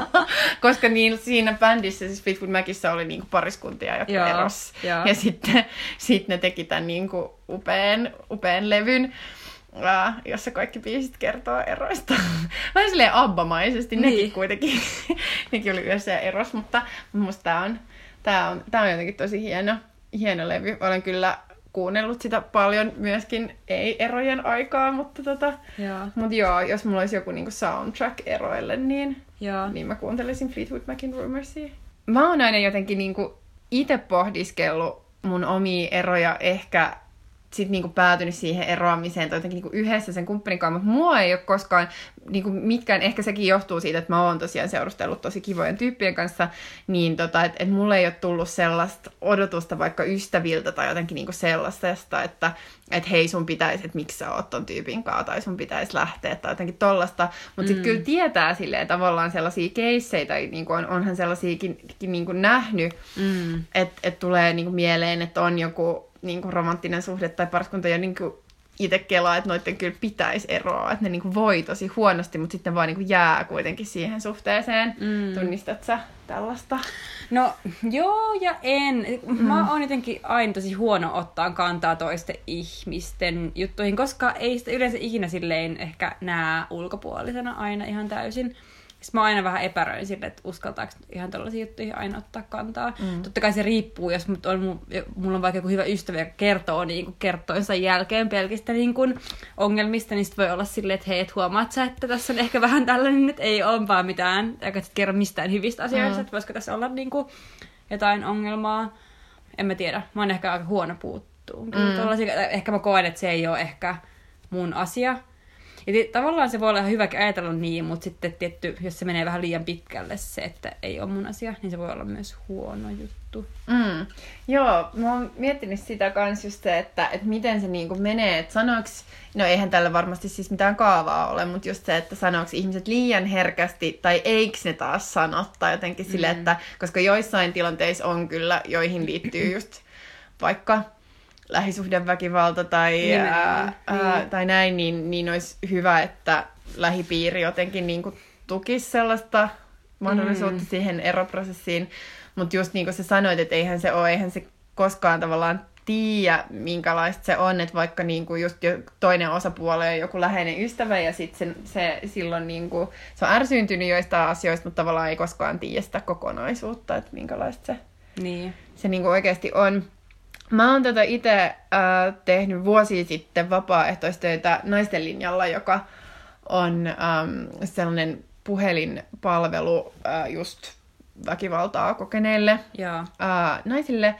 Koska niin, siinä bändissä, siis Fleetwood Macissa oli niinku pariskuntia, jotka Joo, eros. Jo. Ja sitten sit ne teki tämän niinku upean, upean levyn, uh, jossa kaikki biisit kertoo eroista. Vähän silleen abbamaisesti. Niin. Nekin kuitenkin nekin oli yhdessä ja eros, mutta musta tää on, tää on, tää on jotenkin tosi hieno, hieno levy. Olen kyllä kuunnellut sitä paljon myöskin ei-erojen aikaa, mutta tota, mut joo, jos mulla olisi joku niinku soundtrack eroille, niin, niin mä kuuntelisin Fleetwood Macin Rumoursia. Mä oon aina jotenkin niinku itse pohdiskellut mun omia eroja ehkä sit niinku päätynyt siihen eroamiseen tai jotenkin niinku yhdessä sen kumppanin kanssa, mutta mua ei ole koskaan niinku mitkään, ehkä sekin johtuu siitä, että mä oon tosiaan seurustellut tosi kivojen tyyppien kanssa, niin tota, että et mulle ei ole tullut sellaista odotusta vaikka ystäviltä tai jotenkin niinku sellaisesta, että et hei sun pitäisi, että miksi sä oot ton tyypin kanssa tai sun pitäisi lähteä tai jotenkin tollasta, mutta sitten mm. kyllä tietää silleen tavallaan sellaisia keissejä tai niinku on, onhan sellaisiakin niinku nähnyt, mm. että et tulee niinku mieleen, että on joku niinku romanttinen suhde tai pariskunta ja niinku itse kelaa, että noitten kyllä pitäisi eroa, että ne niinku voi tosi huonosti, mutta sitten vaan niinku jää kuitenkin siihen suhteeseen. Mm. Tunnistat sä tällaista? No joo ja en. Mm. Mä oon jotenkin aina tosi huono ottaa kantaa toisten ihmisten juttuihin, koska ei sitä yleensä ikinä silleen ehkä näe ulkopuolisena aina ihan täysin. Sitten mä aina vähän epäröin sille, että uskaltaako ihan tällaisia juttuja aina ottaa kantaa. Mm. Totta kai se riippuu, jos on, mulla on vaikka joku hyvä ystävä, joka kertoo niin kuin kertoinsa jälkeen pelkistä niin kuin ongelmista, niin sitten voi olla silleen, että hei, et huomaat sä, että tässä on ehkä vähän tällainen, että ei ole vaan mitään, eikä sit kerro mistään hyvistä asioista, mm. että voisiko tässä olla niin kuin jotain ongelmaa. En mä tiedä, mä oon ehkä aika huono puuttuu. Mm. Ehkä mä koen, että se ei ole ehkä mun asia. Ja tavallaan se voi olla ihan hyväkin ajatella niin, mutta sitten tietty, jos se menee vähän liian pitkälle se, että ei ole mun asia, niin se voi olla myös huono juttu. Mm. Joo, mä oon miettinyt sitä kans just se, että, että miten se niinku menee, että sanoiks, no eihän tällä varmasti siis mitään kaavaa ole, mutta just se, että sanoiks ihmiset liian herkästi, tai eiks ne taas sano, tai jotenkin mm. sille, että, koska joissain tilanteissa on kyllä, joihin liittyy just vaikka lähisuhdeväkivalta tai, ää, ää, tai näin, niin, niin olisi hyvä, että lähipiiri jotenkin niin kuin tukisi sellaista mahdollisuutta mm. siihen eroprosessiin. Mutta just niin kuin sä sanoit, että eihän se ole, eihän se koskaan tavallaan tiedä, minkälaista se on, että vaikka niinku just toinen osapuoli on joku läheinen ystävä ja sitten se, se silloin niinku, se on ärsyyntynyt joistain asioista, mutta tavallaan ei koskaan tiedä sitä kokonaisuutta, että minkälaista se, niin. se niinku oikeasti on. Mä oon tätä itse äh, tehnyt vuosia sitten vapaaehtoistöitä Naisten linjalla, joka on ähm, sellainen puhelinpalvelu äh, just väkivaltaa kokeneille Joo. Äh, naisille.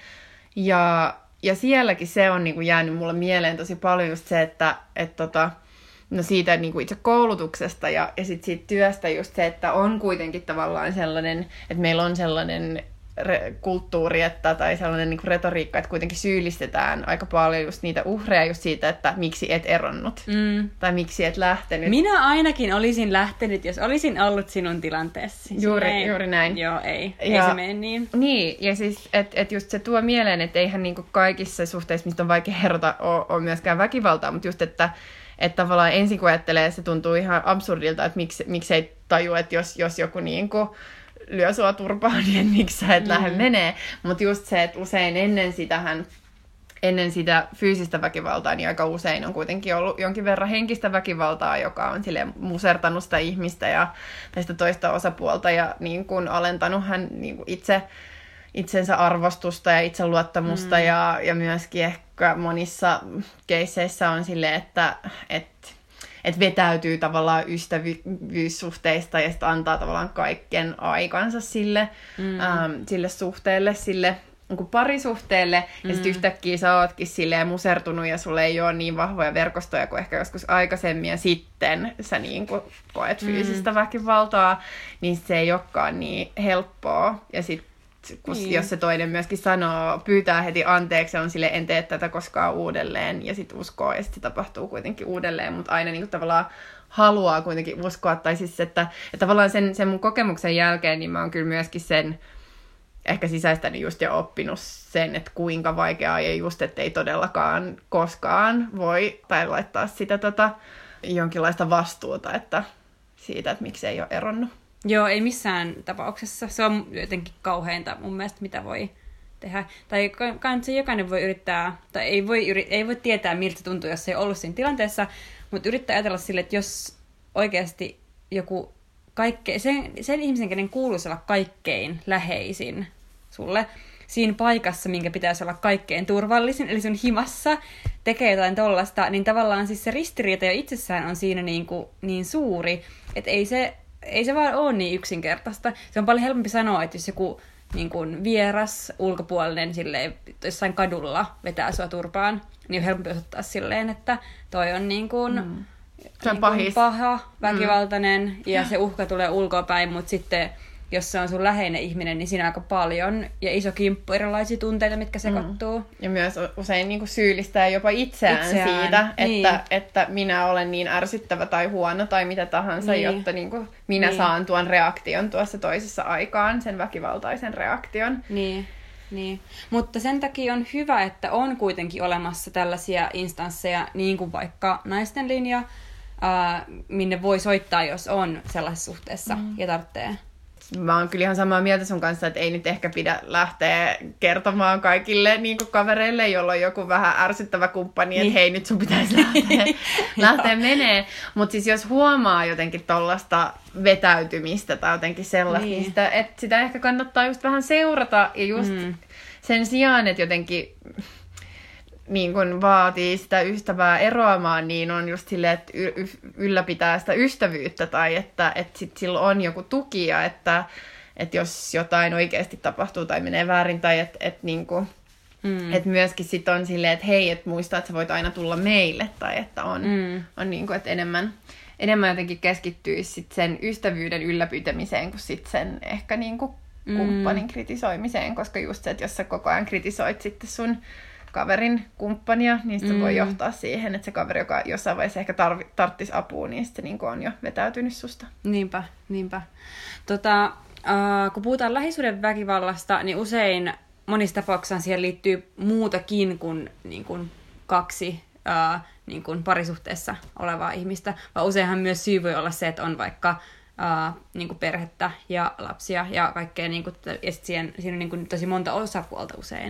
Ja, ja sielläkin se on niinku jäänyt mulle mieleen tosi paljon just se, että et tota, no siitä niinku itse koulutuksesta ja, ja sit siitä työstä just se, että on kuitenkin tavallaan sellainen, että meillä on sellainen re- kulttuuri että, tai sellainen niinku retoriikka, että kuitenkin syyllistetään aika paljon just niitä uhreja just siitä, että miksi et eronnut Mm. tai miksi et lähtenyt. Minä ainakin olisin lähtenyt, jos olisin ollut sinun tilanteessa. Juuri, Ei, juuri näin. Joo, ei. Ja, ei se mene niin. Niin, ja siis, että et just se tuo mieleen, että eihän niinku kaikissa suhteissa, mistä on vaikea erota, ole, ole myöskään väkivaltaa, mutta just, että et tavallaan ensin kun ajattelee, se tuntuu ihan absurdilta, että miksi, miksi ei tajua, että jos, jos joku niinku lyö sua turpaan, niin miksi sä et mm. lähde menee. Mutta just se, että usein ennen sitähän, ennen sitä fyysistä väkivaltaa, niin aika usein on kuitenkin ollut jonkin verran henkistä väkivaltaa, joka on silleen musertanut sitä ihmistä ja sitä toista osapuolta ja niin kuin alentanut hän niin kuin itse, itsensä arvostusta ja itseluottamusta mm. ja, ja myöskin ehkä monissa keisseissä on silleen, että et, et vetäytyy tavallaan ystävyyssuhteista ja sitten antaa tavallaan kaiken aikansa sille, mm. ähm, sille suhteelle, sille niin parisuhteelle, mm. ja sitten yhtäkkiä sä ootkin silleen musertunut, ja sulla ei ole niin vahvoja verkostoja kuin ehkä joskus aikaisemmin, ja sitten sä niin kuin koet fyysistä mm. väkivaltaa, niin se ei olekaan niin helppoa. Ja sitten niin. jos se toinen myöskin sanoo, pyytää heti anteeksi, on silleen, en tee tätä koskaan uudelleen, ja sitten uskoo, ja sitten se tapahtuu kuitenkin uudelleen, mutta aina niin kuin tavallaan haluaa kuitenkin uskoa, tai siis, että, että tavallaan sen, sen mun kokemuksen jälkeen, niin mä oon kyllä myöskin sen ehkä sisäistänyt just ja oppinut sen, että kuinka vaikeaa ja just, että ei todellakaan koskaan voi tai laittaa sitä tota, jonkinlaista vastuuta että siitä, että miksi ei ole eronnut. Joo, ei missään tapauksessa. Se on jotenkin kauheinta mun mielestä, mitä voi tehdä. Tai kanssa jokainen voi yrittää, tai ei voi, yrit, ei voi tietää, miltä se tuntuu, jos ei ollut siinä tilanteessa, mutta yrittää ajatella sille, että jos oikeasti joku kaikke, sen, sen ihmisen, kenen kuuluisi olla kaikkein läheisin sulle, siinä paikassa, minkä pitäisi olla kaikkein turvallisin, eli sun himassa, tekee jotain tollasta, niin tavallaan siis se ristiriita jo itsessään on siinä niin, kuin, niin suuri, että ei se, ei se vaan ole niin yksinkertaista. Se on paljon helpompi sanoa, että jos joku niin kuin vieras, ulkopuolinen, silleen, jossain kadulla vetää sua turpaan, niin on helpompi osoittaa silleen, että toi on niin kuin, mm. se on niin paha, väkivaltainen, mm. ja se uhka tulee ulkoapäin, mutta sitten jos se on sun läheinen ihminen, niin siinä on aika paljon ja iso kimppu erilaisia tunteita, mitkä sekoittuu. Mm. Ja myös usein niin kuin syyllistää jopa itseään, itseään. siitä, niin. että, että minä olen niin ärsyttävä tai huono tai mitä tahansa, niin. jotta niin kuin minä niin. saan tuon reaktion tuossa toisessa aikaan, sen väkivaltaisen reaktion. Niin. Niin. Mutta sen takia on hyvä, että on kuitenkin olemassa tällaisia instansseja, niin kuin vaikka Naisten linja, ää, minne voi soittaa, jos on sellaisessa suhteessa mm. ja tarvitsee. Mä oon kyllä ihan samaa mieltä sun kanssa, että ei nyt ehkä pidä lähteä kertomaan kaikille niin kuin kavereille, jolla on joku vähän ärsyttävä kumppani, niin. että hei, nyt sun pitäisi lähteä, lähteä menee. Mutta siis jos huomaa jotenkin tollaista vetäytymistä tai jotenkin sellaista, niin, niin sitä, että sitä ehkä kannattaa just vähän seurata ja just mm. sen sijaan, että jotenkin niin kun vaatii sitä ystävää eroamaan, niin on just silleen, että y- ylläpitää sitä ystävyyttä tai että, että sit sillä on joku tuki ja että, että jos jotain oikeasti tapahtuu tai menee väärin tai että, että, niin kuin, mm. että myöskin sit on silleen, että hei, että muista, että sä voit aina tulla meille tai että on, mm. on niin kuin, että enemmän, enemmän jotenkin keskittyisi sit sen ystävyyden ylläpitämiseen kuin sit sen ehkä niin kuin kumppanin mm. kritisoimiseen, koska just se, että jos sä koko ajan kritisoit sitten sun kaverin kumppania, niin se mm. voi johtaa siihen, että se kaveri, joka jossain vaiheessa ehkä tarvi, tarttisi apua, niin sitten niin on jo vetäytynyt susta. Niinpä, niinpä. Tota, äh, kun puhutaan lähisuuden väkivallasta, niin usein monissa tapauksissa siihen liittyy muutakin kuin, niin kuin kaksi äh, niin kuin parisuhteessa olevaa ihmistä, vaan useinhan myös syy voi olla se, että on vaikka äh, niin kuin perhettä ja lapsia ja kaikkea, niin kuin, ja sitten siinä, siinä on niin kuin tosi monta osapuolta usein.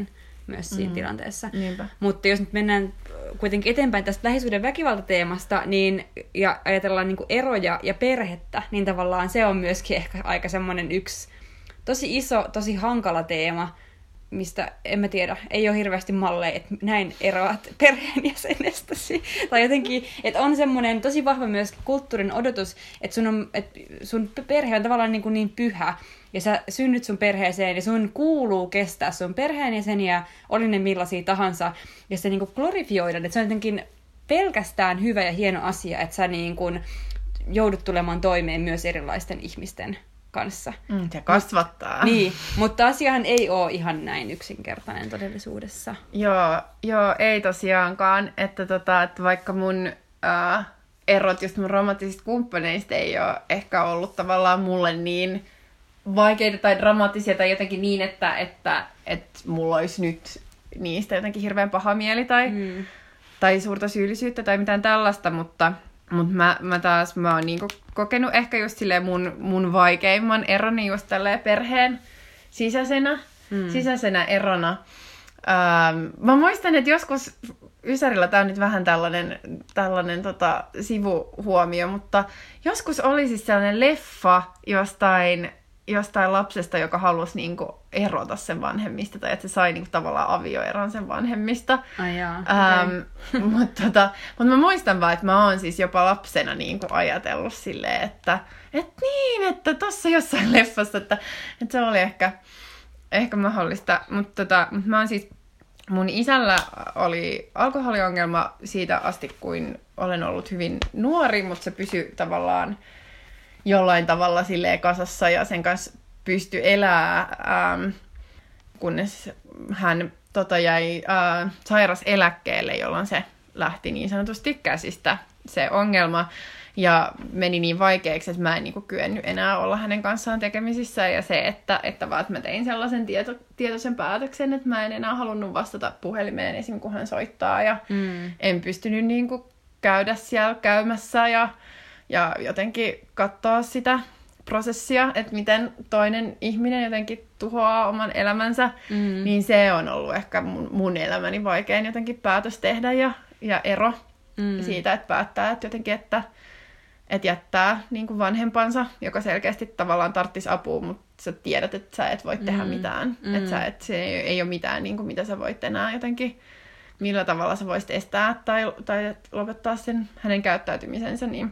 myös siinä mm. tilanteessa. Niinpä. Mutta jos nyt mennään kuitenkin eteenpäin tästä lähisuuden väkivaltateemasta, niin, ja ajatellaan niin kuin eroja ja perhettä, niin tavallaan se on myöskin ehkä aika semmoinen yksi tosi iso, tosi hankala teema, mistä en mä tiedä, ei ole hirveästi malleja, että näin eroat perheenjäsenestäsi. Tai jotenkin, että on semmoinen tosi vahva myös kulttuurin odotus, että sun, on, että sun perhe on tavallaan niin, kuin niin pyhä, ja sä synnyt sun perheeseen, ja sun kuuluu kestää sun perheenjäseniä, oli ne millaisia tahansa, ja se niin kuin glorifioidaan, että se on jotenkin pelkästään hyvä ja hieno asia, että sä niin kuin joudut tulemaan toimeen myös erilaisten ihmisten kanssa. Mm, se kasvattaa. Mut, niin, mutta asiahan ei ole ihan näin yksinkertainen todellisuudessa. Joo, joo ei tosiaankaan. Että, tota, että vaikka mun äh, erot just mun romanttisista kumppaneista ei ole ehkä ollut tavallaan mulle niin vaikeita tai dramaattisia tai jotenkin niin, että, että, että mulla olisi nyt niistä jotenkin hirveän paha mieli tai, mm. tai suurta syyllisyyttä tai mitään tällaista, mutta Mutta mä, mä taas mä oon niinku kokenut ehkä just silleen mun, mun vaikeimman eroni just tälleen perheen sisäisenä, mm. sisäisenä erona. Ähm, mä muistan, että joskus Ysärillä, tää on nyt vähän tällainen, tällainen tota, sivuhuomio, mutta joskus oli siis sellainen leffa jostain, jostain lapsesta, joka halusi niinku erota sen vanhemmista, tai että se sai niinku tavallaan avioeron sen vanhemmista. Ai jaa, ähm, okay. Mutta tota, mut mä muistan vaan, että mä oon siis jopa lapsena niinku ajatellut silleen, että et niin, että tossa jossain leffassa, että, että se oli ehkä, ehkä mahdollista. Mutta tota, mut mä oon siis, mun isällä oli alkoholiongelma siitä asti, kuin olen ollut hyvin nuori, mutta se pysyi tavallaan jollain tavalla silleen kasassa ja sen kanssa pystyi elämään, ähm, kunnes hän tota, jäi äh, sairaseläkkeelle, jolloin se lähti niin sanotusti käsistä se ongelma. Ja meni niin vaikeaksi, että mä en niinku kyennyt enää olla hänen kanssaan tekemisissä. Ja se, että, että vaan että mä tein sellaisen tieto, tietoisen päätöksen, että mä en enää halunnut vastata puhelimeen esim. Kun hän soittaa. Ja mm. en pystynyt niinku käydä siellä käymässä ja Ja jotenkin katsoa sitä prosessia, että miten toinen ihminen jotenkin tuhoaa oman elämänsä, mm. niin se on ollut ehkä mun, mun elämäni vaikein jotenkin päätös tehdä ja, ja ero mm. siitä, että päättää, että jotenkin, että, että jättää niin kuin vanhempansa, joka selkeästi tavallaan tarttisi apua, mutta sä tiedät, että sä et voi tehdä mm. mitään. Mm. Että sä, että se ei, ei ole mitään, niin kuin, mitä sä voit enää jotenkin, millä tavalla sä voisit estää tai, tai lopettaa sen hänen käyttäytymisensä, niin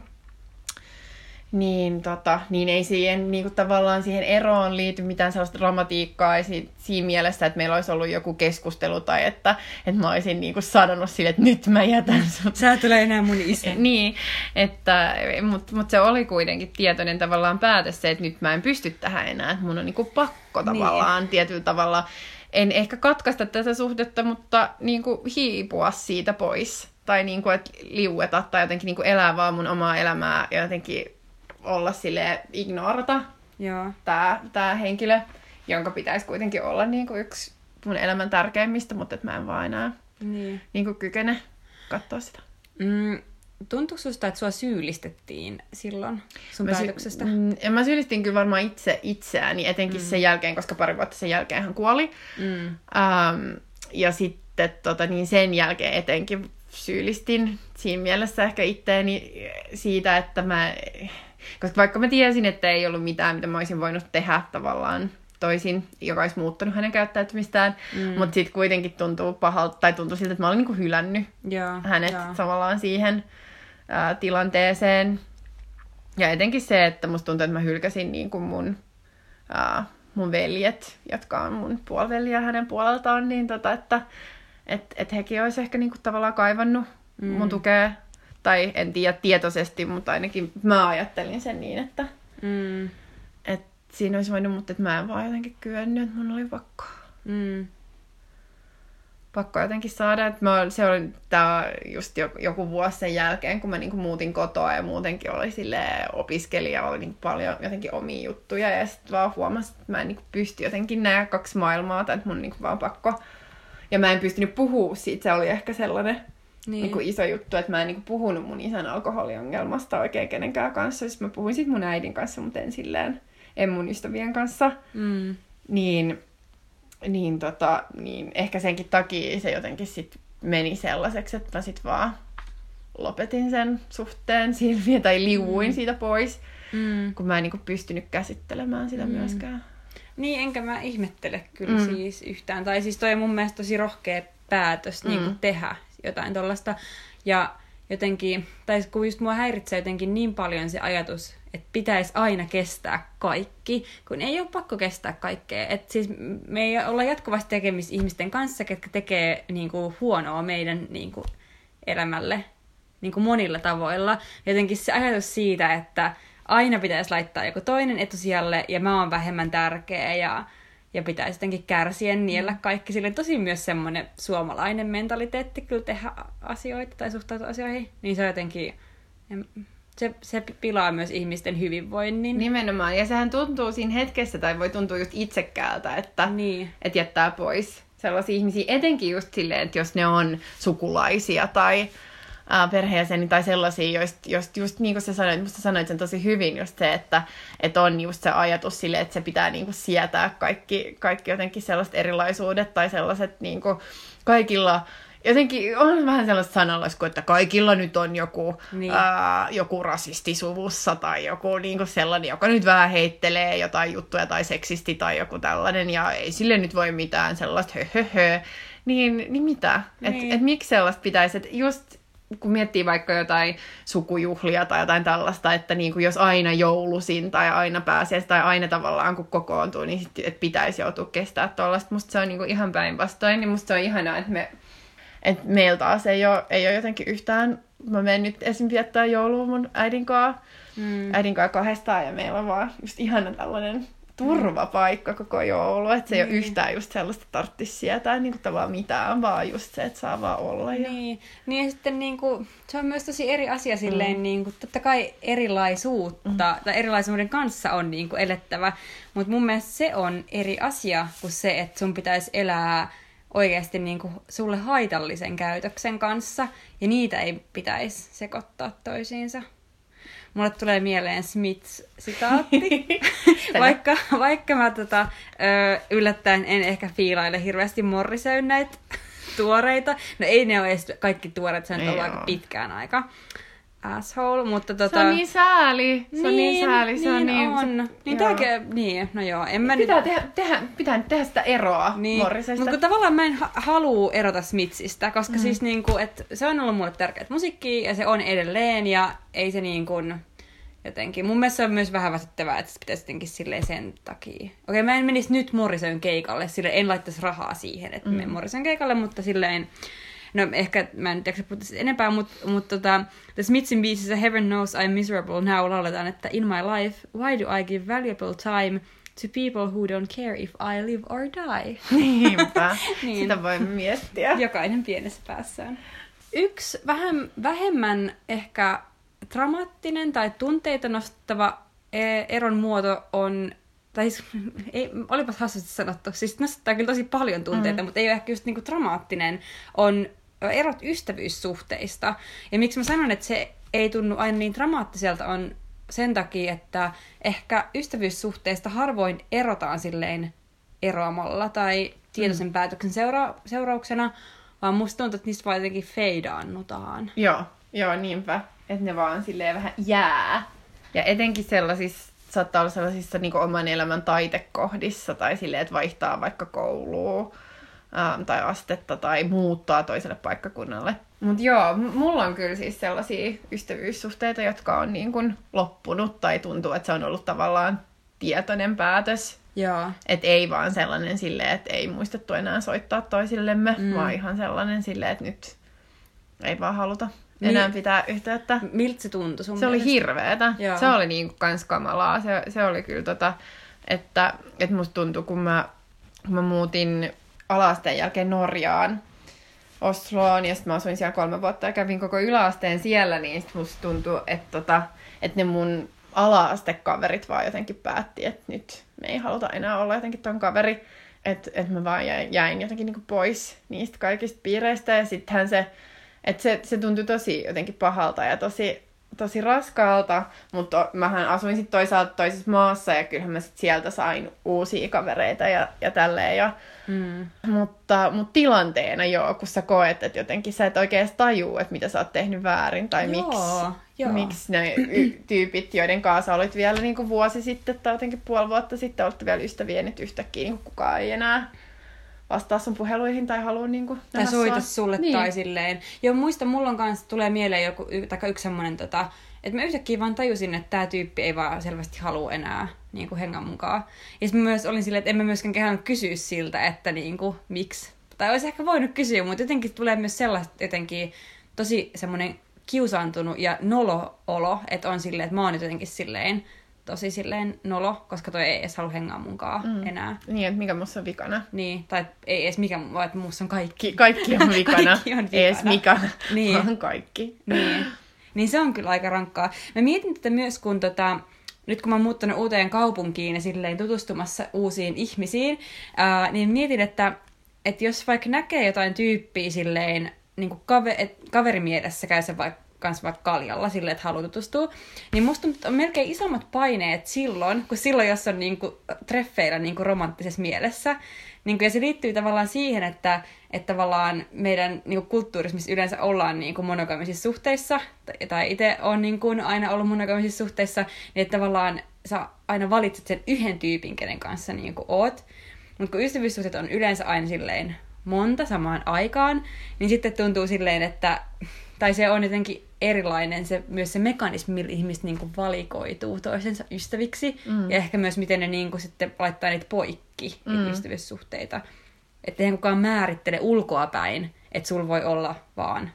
Niin, tota, niin ei siihen, niin kuin tavallaan siihen eroon liity mitään sellaista dramatiikkaa si- siinä mielessä, että meillä olisi ollut joku keskustelu tai että, että mä olisin niin kuin sanonut sille, että nyt mä jätän sut. Sä et ole enää mun isä. Niin, että, mutta mut se oli kuitenkin tietoinen tavallaan päätös se, että nyt mä en pysty tähän enää, että mun on niin kuin pakko tavallaan niin. Tietyllä tavalla, en ehkä katkaista tätä suhdetta, mutta niin kuin hiipua siitä pois tai niin kuin, että liueta tai jotenkin niin kuin elää vaan mun omaa elämää ja jotenkin olla silleen ignorata tämä tää henkilö, jonka pitäisi kuitenkin olla niinku yksi mun elämän tärkeimmistä, mutta et mä en vaan enää niin. niinku kykene katsoa sitä. Mm, tuntuuko susta, että sua syyllistettiin silloin sun mä päätöksestä? Sy- mm, mä syyllistin kyllä varmaan itse itseäni, etenkin mm. sen jälkeen, koska pari vuotta sen jälkeen hän kuoli. Mm. Ähm, ja sitten tota, niin sen jälkeen etenkin syyllistin siinä mielessä ehkä itteeni siitä, että mä... Koska vaikka mä tiesin, että ei ollut mitään, mitä mä olisin voinut tehdä tavallaan toisin, joka olisi muuttanut hänen käyttäytymistään, mm. mutta sitten kuitenkin tuntuu pahalta, tai tuntuu siltä, että mä olin niinku hylännyt ja, hänet ja. tavallaan siihen ää, tilanteeseen. Ja etenkin se, että musta tuntuu, että mä hylkäsin niinku mun, ää, mun veljet, jotka on mun puoliveljiä hänen puoleltaan, niin tota, että et, et hekin olisi ehkä niinku tavallaan kaivannut mm. mun tukea. Tai en tiedä tietoisesti, mutta ainakin mä ajattelin sen niin, että, mm. että siinä olisi voinut, mutta että mä en vaan jotenkin kyennyt, että mun oli pakko. Mm. Pakko jotenkin saada, että mä, se oli tää just joku vuosi sen jälkeen, kun mä niinku muutin kotoa ja muutenkin oli silleen opiskelija, oli niinku paljon jotenkin omia juttuja ja sitten vaan huomasin, että mä en niinku pysty jotenkin nämä kaksi maailmaa, tai että mun niinku vaan pakko. Ja mä en pystynyt puhua siitä, se oli ehkä sellainen Niin. Niin kuin iso juttu, että mä en niin kuin puhunut mun isän alkoholiongelmasta oikein kenenkään kanssa. Siis mä puhuin sit mun äidin kanssa, mutta en silleen, en mun ystävien kanssa. Mm. Niin niin, tota, niin ehkä senkin takia se jotenkin sit meni sellaiseksi, että mä sit vaan lopetin sen suhteen silmiä tai liuuin mm. siitä pois, mm. kun mä en niinku pystynyt käsittelemään sitä mm. myöskään. Niin, enkä mä ihmettele kyllä mm. siis yhtään. Tai siis toi on mun mielestä tosi rohkea päätös mm. niin kuin tehdä jotain tollaista. Ja jotenkin, tai kun just mua häiritsee jotenkin niin paljon se ajatus, että pitäisi aina kestää kaikki, kun ei ole pakko kestää kaikkea. Et siis me ei olla jatkuvasti tekemisissä ihmisten kanssa, ketkä tekee niin kuin huonoa meidän niin kuin elämälle niin kuin monilla tavoilla. Jotenkin se ajatus siitä, että aina pitäisi laittaa joku toinen etusijalle ja mä oon vähemmän tärkeä ja, ja pitäisi jotenkin kärsiä, niellä kaikki. Sillä on tosi myös semmoinen suomalainen mentaliteetti kyllä tehdä asioita tai suhtautua asioihin. Niin se on jotenkin, se, se pilaa myös ihmisten hyvinvoinnin. Nimenomaan. Ja sehän tuntuu siinä hetkessä tai voi tuntua just itsekkäältä, että, niin. että jättää pois sellaisia ihmisiä. Etenkin just silleen, että jos ne on sukulaisia tai perheenjäseni tai sellaisia, joista just, just niin kuin sä sanoit, musta sanoit sen tosi hyvin, just se, että, että on just se ajatus sille, että se pitää niin kuin sietää kaikki, kaikki jotenkin sellaiset erilaisuudet tai sellaiset niin kuin kaikilla, jotenkin on vähän sellaista sananlaskua, että kaikilla nyt on joku, niin. ää, joku rasisti suvussa tai joku niin kuin sellainen, joka nyt vähän heittelee jotain juttuja tai seksisti tai joku tällainen ja ei sille nyt voi mitään sellaista höhöhö, niin, niin mitä? Niin. Että et miksi sellaista pitäisi, että just kun miettii vaikka jotain sukujuhlia tai jotain tällaista, että niin kuin jos aina joulusin tai aina pääsiäis tai aina tavallaan kun kokoontuu, niin sit, että pitäisi joutua kestää tuollaista. Musta se on niin kuin ihan päinvastoin, niin musta se on ihanaa, että, me, että meillä taas ei ole, ei ole jotenkin yhtään. Mä menen nyt esim. Viettää joulua mun äidin kanssa, mm. äidin kanssa kahdestaan ja meillä on vaan just ihana tällainen turvapaikka koko joulu, että se ei niin. ole yhtään just sellaista tarvitsisi sietää niin kuin tavallaan mitään, vaan just se, että saa vaan olla. Ja... Niin. niin ja sitten niin kuin, se on myös tosi eri asia silleen, mm. niin kuin, totta kai erilaisuutta mm. tai erilaisuuden kanssa on niin kuin elettävä, mutta mun mielestä se on eri asia kuin se, että sun pitäisi elää oikeasti niin kuin sulle haitallisen käytöksen kanssa ja niitä ei pitäisi sekoittaa toisiinsa. Mulle tulee mieleen Smith-sitaatti, vaikka, vaikka mä tota, ö, yllättäen en ehkä fiilaile hirveästi Morriseyn näitä tuoreita. No ei ne ole edes kaikki tuoreet, se on ollut aika pitkään aika asshole, mutta tota... Se on niin sääli, se on niin, niin sääli, se niin on niin... on. Se, niin tääkin, niin, no joo, en mä pitää nyt... Tehdä, tehdä, pitää nyt tehdä sitä eroa niin. Morrisesta. Mutta tavallaan mä en ha- halua erota Smithsistä, koska mm. siis niinku, että se on ollut mulle tärkeää musiikkia ja se on edelleen ja ei se niin kuin... Jotenkin. Mun mielestä se on myös vähän väsyttävää, että se pitäisi jotenkin silleen sen takia. Okei, mä en menisi nyt Morriseyn keikalle, silleen en laittaisi rahaa siihen, että mm. menen Morriseyn keikalle, mutta silleen, no ehkä mä en tiedä, puhuta enempää, mutta, mutta tota, The Smithsin biisissä Heaven Knows I'm Miserable Now lauletaan, että in my life, why do I give valuable time to people who don't care if I live or die? Niinpä, niin. Sitä voi miettiä. Jokainen pienessä päässään. Yksi vähän vähemmän ehkä dramaattinen tai tunteita nostava eron muoto on, tai siis, ei, olipas hassusti sanottu, siis nostattaa kyllä tosi paljon tunteita, mm. mutta ei ole ehkä just niinku dramaattinen, on erot ystävyyssuhteista. Ja miksi mä sanon, että se ei tunnu aina niin dramaattiselta, on sen takia, että ehkä ystävyyssuhteista harvoin erotaan silleen eroamalla tai tietoisen mm. päätöksen seura- seurauksena, vaan musta tuntuu, että niistä vaan jotenkin feidaannutaan. Joo, joo, niinpä. Että ne vaan silleen vähän jää. Ja etenkin sellaisissa, saattaa olla sellaisissa niin kuin oman elämän taitekohdissa, tai silleen, että vaihtaa vaikka koulua, ää, tai astetta, tai muuttaa toiselle paikkakunnalle. Mutta joo, m- mulla on kyllä siis sellaisia ystävyyssuhteita, jotka on niin kuin loppunut, tai tuntuu, että se on ollut tavallaan tietoinen päätös. Joo. Että ei vaan sellainen silleen, että ei muistettu enää soittaa toisillemme, mm. vaan ihan sellainen silleen, että nyt ei vaan haluta enää pitää yhteyttä. Miltä se tuntui sun Se mielestä? oli hirveetä. Joo. Se oli niinku kans kamalaa. Se, se oli kyllä tota, että, että musta tuntui, kun mä, kun mä muutin ala-asteen jälkeen Norjaan, Osloon, ja sitten mä asuin siellä kolme vuotta ja kävin koko yläasteen siellä, niin sit musta tuntui, että, tota, että ne mun ala-astekaverit vaan jotenkin päätti, että nyt me ei haluta enää olla jotenkin ton kaveri. Että et mä vaan jäin, jäin jotenkin niinku pois niistä kaikista piireistä, ja sittenhän se Että se, se tuntui tosi jotenkin pahalta ja tosi, tosi raskaalta, mutta mähän asuin sitten toisaalta toisessa maassa ja kyllähän mä sit sieltä sain uusia kavereita ja, ja tälleen. Ja, mm. mutta, mutta tilanteena joo, kun sä koet, että jotenkin sä et oikein tajuu, että mitä sä oot tehnyt väärin tai joo, miksi, joo. miksi ne y- tyypit, joiden kanssa olit vielä niin kuin vuosi sitten tai jotenkin puoli vuotta sitten, olette vielä ystäviä, nyt yhtäkkiä niin kukaan ei enää vastaa sun puheluihin tai halua niinku tai soita sulle niin. tai silleen. Joo, muista, mulla on kanssa, tulee mieleen joku, tai yksi semmonen, tota, että mä yhtäkkiä vaan tajusin, että tää tyyppi ei vaan selvästi halua enää niinku hengaa mukaan. Ja sit mä myös olin silleen, että en mä myöskään kehannut kysyä siltä, että niinku, miksi. Tai olisi ehkä voinut kysyä, mutta jotenkin tulee myös sellaista jotenkin tosi semmonen kiusaantunut ja nolo-olo, että on silleen, että mä oon nyt jotenkin silleen, tosi silleen nolo, koska toi ei edes halua hengaa munkaan mm. enää. Niin, että mikä musta on vikana. Niin, tai ei edes mikä, vaan että musta on kaikki. Ki- kaikki on vikana. Kaikki on vikana. Ei edes mikä, niin. vaan kaikki. Niin. Niin se on kyllä aika rankkaa. Mä mietin tätä myös, kun tota, nyt kun mä oon muuttanut uuteen kaupunkiin ja silleen tutustumassa uusiin ihmisiin, ää, niin mietin, että, että jos vaikka näkee jotain tyyppiä silleen, niin kuin kave, et, kaverimielessä käy se vaikka kans vaikka kaljalla silleen, että haluaa tutustua, niin musta on melkein isommat paineet silloin, kun silloin, jos on niinku treffeillä niinku romanttisessa mielessä. Niinku, ja se liittyy tavallaan siihen, että, että tavallaan meidän niinku kulttuurissa, missä yleensä ollaan niinku monogamisissa suhteissa, tai, tai itse on niinku aina ollut monogamisissa suhteissa, niin että tavallaan sä aina valitset sen yhden tyypin, kenen kanssa niinku oot. Mutta kun ystävyyssuhteet on yleensä aina silleen monta samaan aikaan, niin sitten tuntuu silleen, että tai se on jotenkin erilainen se, myös se mekanismi, millä ihmiset niinku valikoituu toisensa ystäviksi. Mm. Ja ehkä myös miten ne niinku sitten laittaa niitä poikki, mm. niitä ystävyyssuhteita. Että eihän kukaan määrittele ulkoapäin, että sulla voi olla vaan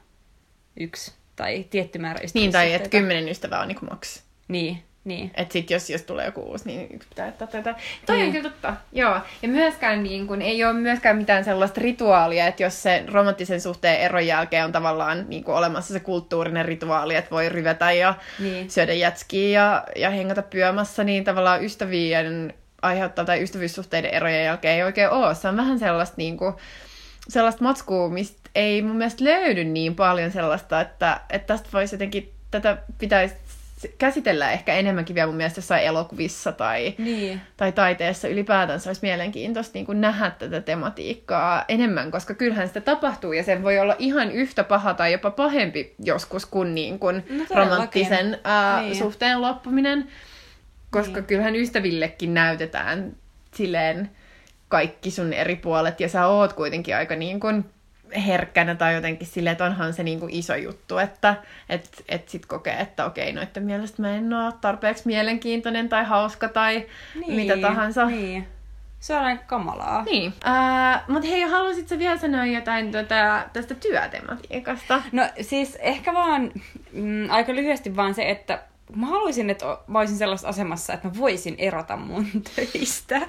yksi tai tietty määrä ystävyyssuhteita. Niin, tai että kymmenen ystävää on niinku maks. Niin, niin. Että sit jos, jos tulee joku uusi, niin yksi pitää ottaa tätä. Toi niin. On kyllä totta, joo. Ja myöskään niin kun, ei ole myöskään mitään sellaista rituaalia, että jos se romanttisen suhteen eron jälkeen on tavallaan niin kun olemassa se kulttuurinen rituaali, että voi ryvetä ja niin. syödä jätskiä ja, ja hengata pyömässä, niin tavallaan ystävien aiheuttaa tai ystävyyssuhteiden erojen jälkeen ei oikein ole. Se on vähän sellaista, niin kun, sellaista matskua, mistä ei mun mielestä löydy niin paljon sellaista, että, että tästä voisi jotenkin, tätä pitäisi käsitellään ehkä enemmänkin vielä mun mielestä jossain elokuvissa tai, niin. tai taiteessa ylipäätään. Se olisi mielenkiintoista niin kuin nähdä tätä tematiikkaa enemmän, koska kyllähän sitä tapahtuu ja se voi olla ihan yhtä paha tai jopa pahempi joskus kuin, niin kuin no, romanttisen ää, niin. suhteen loppuminen, koska niin. kyllähän ystävillekin näytetään silleen kaikki sun eri puolet ja sä oot kuitenkin aika niin kuin herkkänä tai jotenkin silleen, että onhan se niinku iso juttu, että et, et sit kokee, että okei, noitten mielestä mä en ole tarpeeksi mielenkiintoinen tai hauska tai niin, mitä tahansa. Niin. Se on aika kamalaa. Niin. Uh, Mutta hei, haluaisit sä vielä sanoa jotain tuota, tästä työtematiikasta? No siis ehkä vaan mm, aika lyhyesti vaan se, että mä haluaisin, että mä olisin sellaisessa asemassa, että mä voisin erota mun töistä.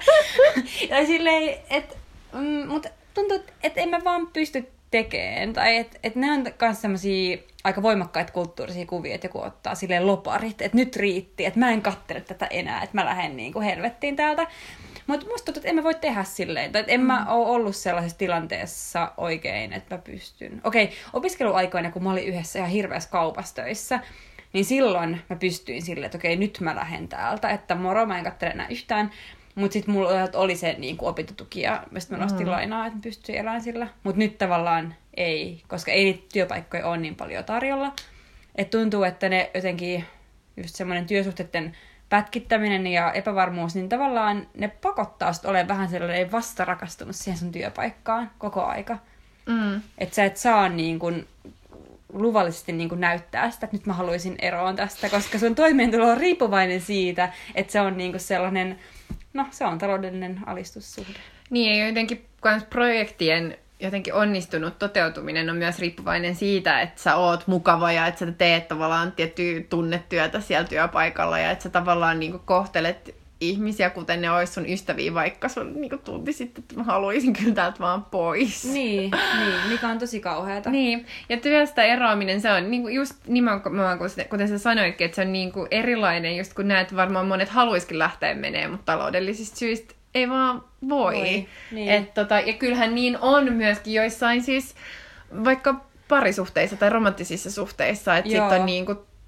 Tai silleen, että mm, mutta tuntuu, että en mä vaan pysty tekemään. Tai että et ne on myös sellaisia aika voimakkaita kulttuurisia kuvia, että joku ottaa silleen loparit, että nyt riitti, että mä en kattele tätä enää, että mä lähden niinku helvettiin täältä. Mutta musta tuntuu, että en mä voi tehdä silleen. Tai että en mä ole ollut sellaisessa tilanteessa oikein, että mä pystyn. Okei, opiskeluaikoina, kun mä olin yhdessä ihan hirveässä kaupassa töissä, niin silloin mä pystyin silleen, että okei, nyt mä lähden täältä, että moro, mä en kattele enää yhtään. Mutta sitten mulla oli se niin kuin opintotuki ja mä nostin mm. lainaa, että mä pystyin elämään sillä. Mutta nyt tavallaan ei, koska ei niitä työpaikkoja ole niin paljon tarjolla. Et tuntuu, että ne jotenkin, just semmoinen työsuhteiden pätkittäminen ja epävarmuus, niin tavallaan ne pakottaa sit olemaan vähän sellainen vastarakastunut siihen sun työpaikkaan koko aika. Mm. Että sä et saa niin kuin luvallisesti niin kuin näyttää sitä, että nyt mä haluaisin eroon tästä, koska sun toimeentulo on riippuvainen siitä, että se on niin kuin sellainen, no se on taloudellinen alistussuhde. Niin, ja jotenkin kans projektien jotenkin onnistunut toteutuminen on myös riippuvainen siitä, että sä oot mukava ja että sä teet tavallaan tiettyä tunnetyötä siellä työpaikalla ja että sä tavallaan niin kuin kohtelet ihmisiä, kuten ne olisi sun ystäviä, vaikka sun niin tuntisit, että mä haluaisin kyllä täältä vaan pois. Niin, niin, mikä on tosi kauheata. Niin, ja työstä eroaminen, se on niin kuin just nimenomaan, kuten sä sanoitkin, että se on niin kuin erilainen, just kun näet varmaan monet haluaisikin lähteä menee, mutta taloudellisista syistä ei vaan voi. voi niin. Et tota, ja kyllähän niin on myöskin joissain siis vaikka parisuhteissa tai romanttisissa suhteissa, että sitten on niin kuin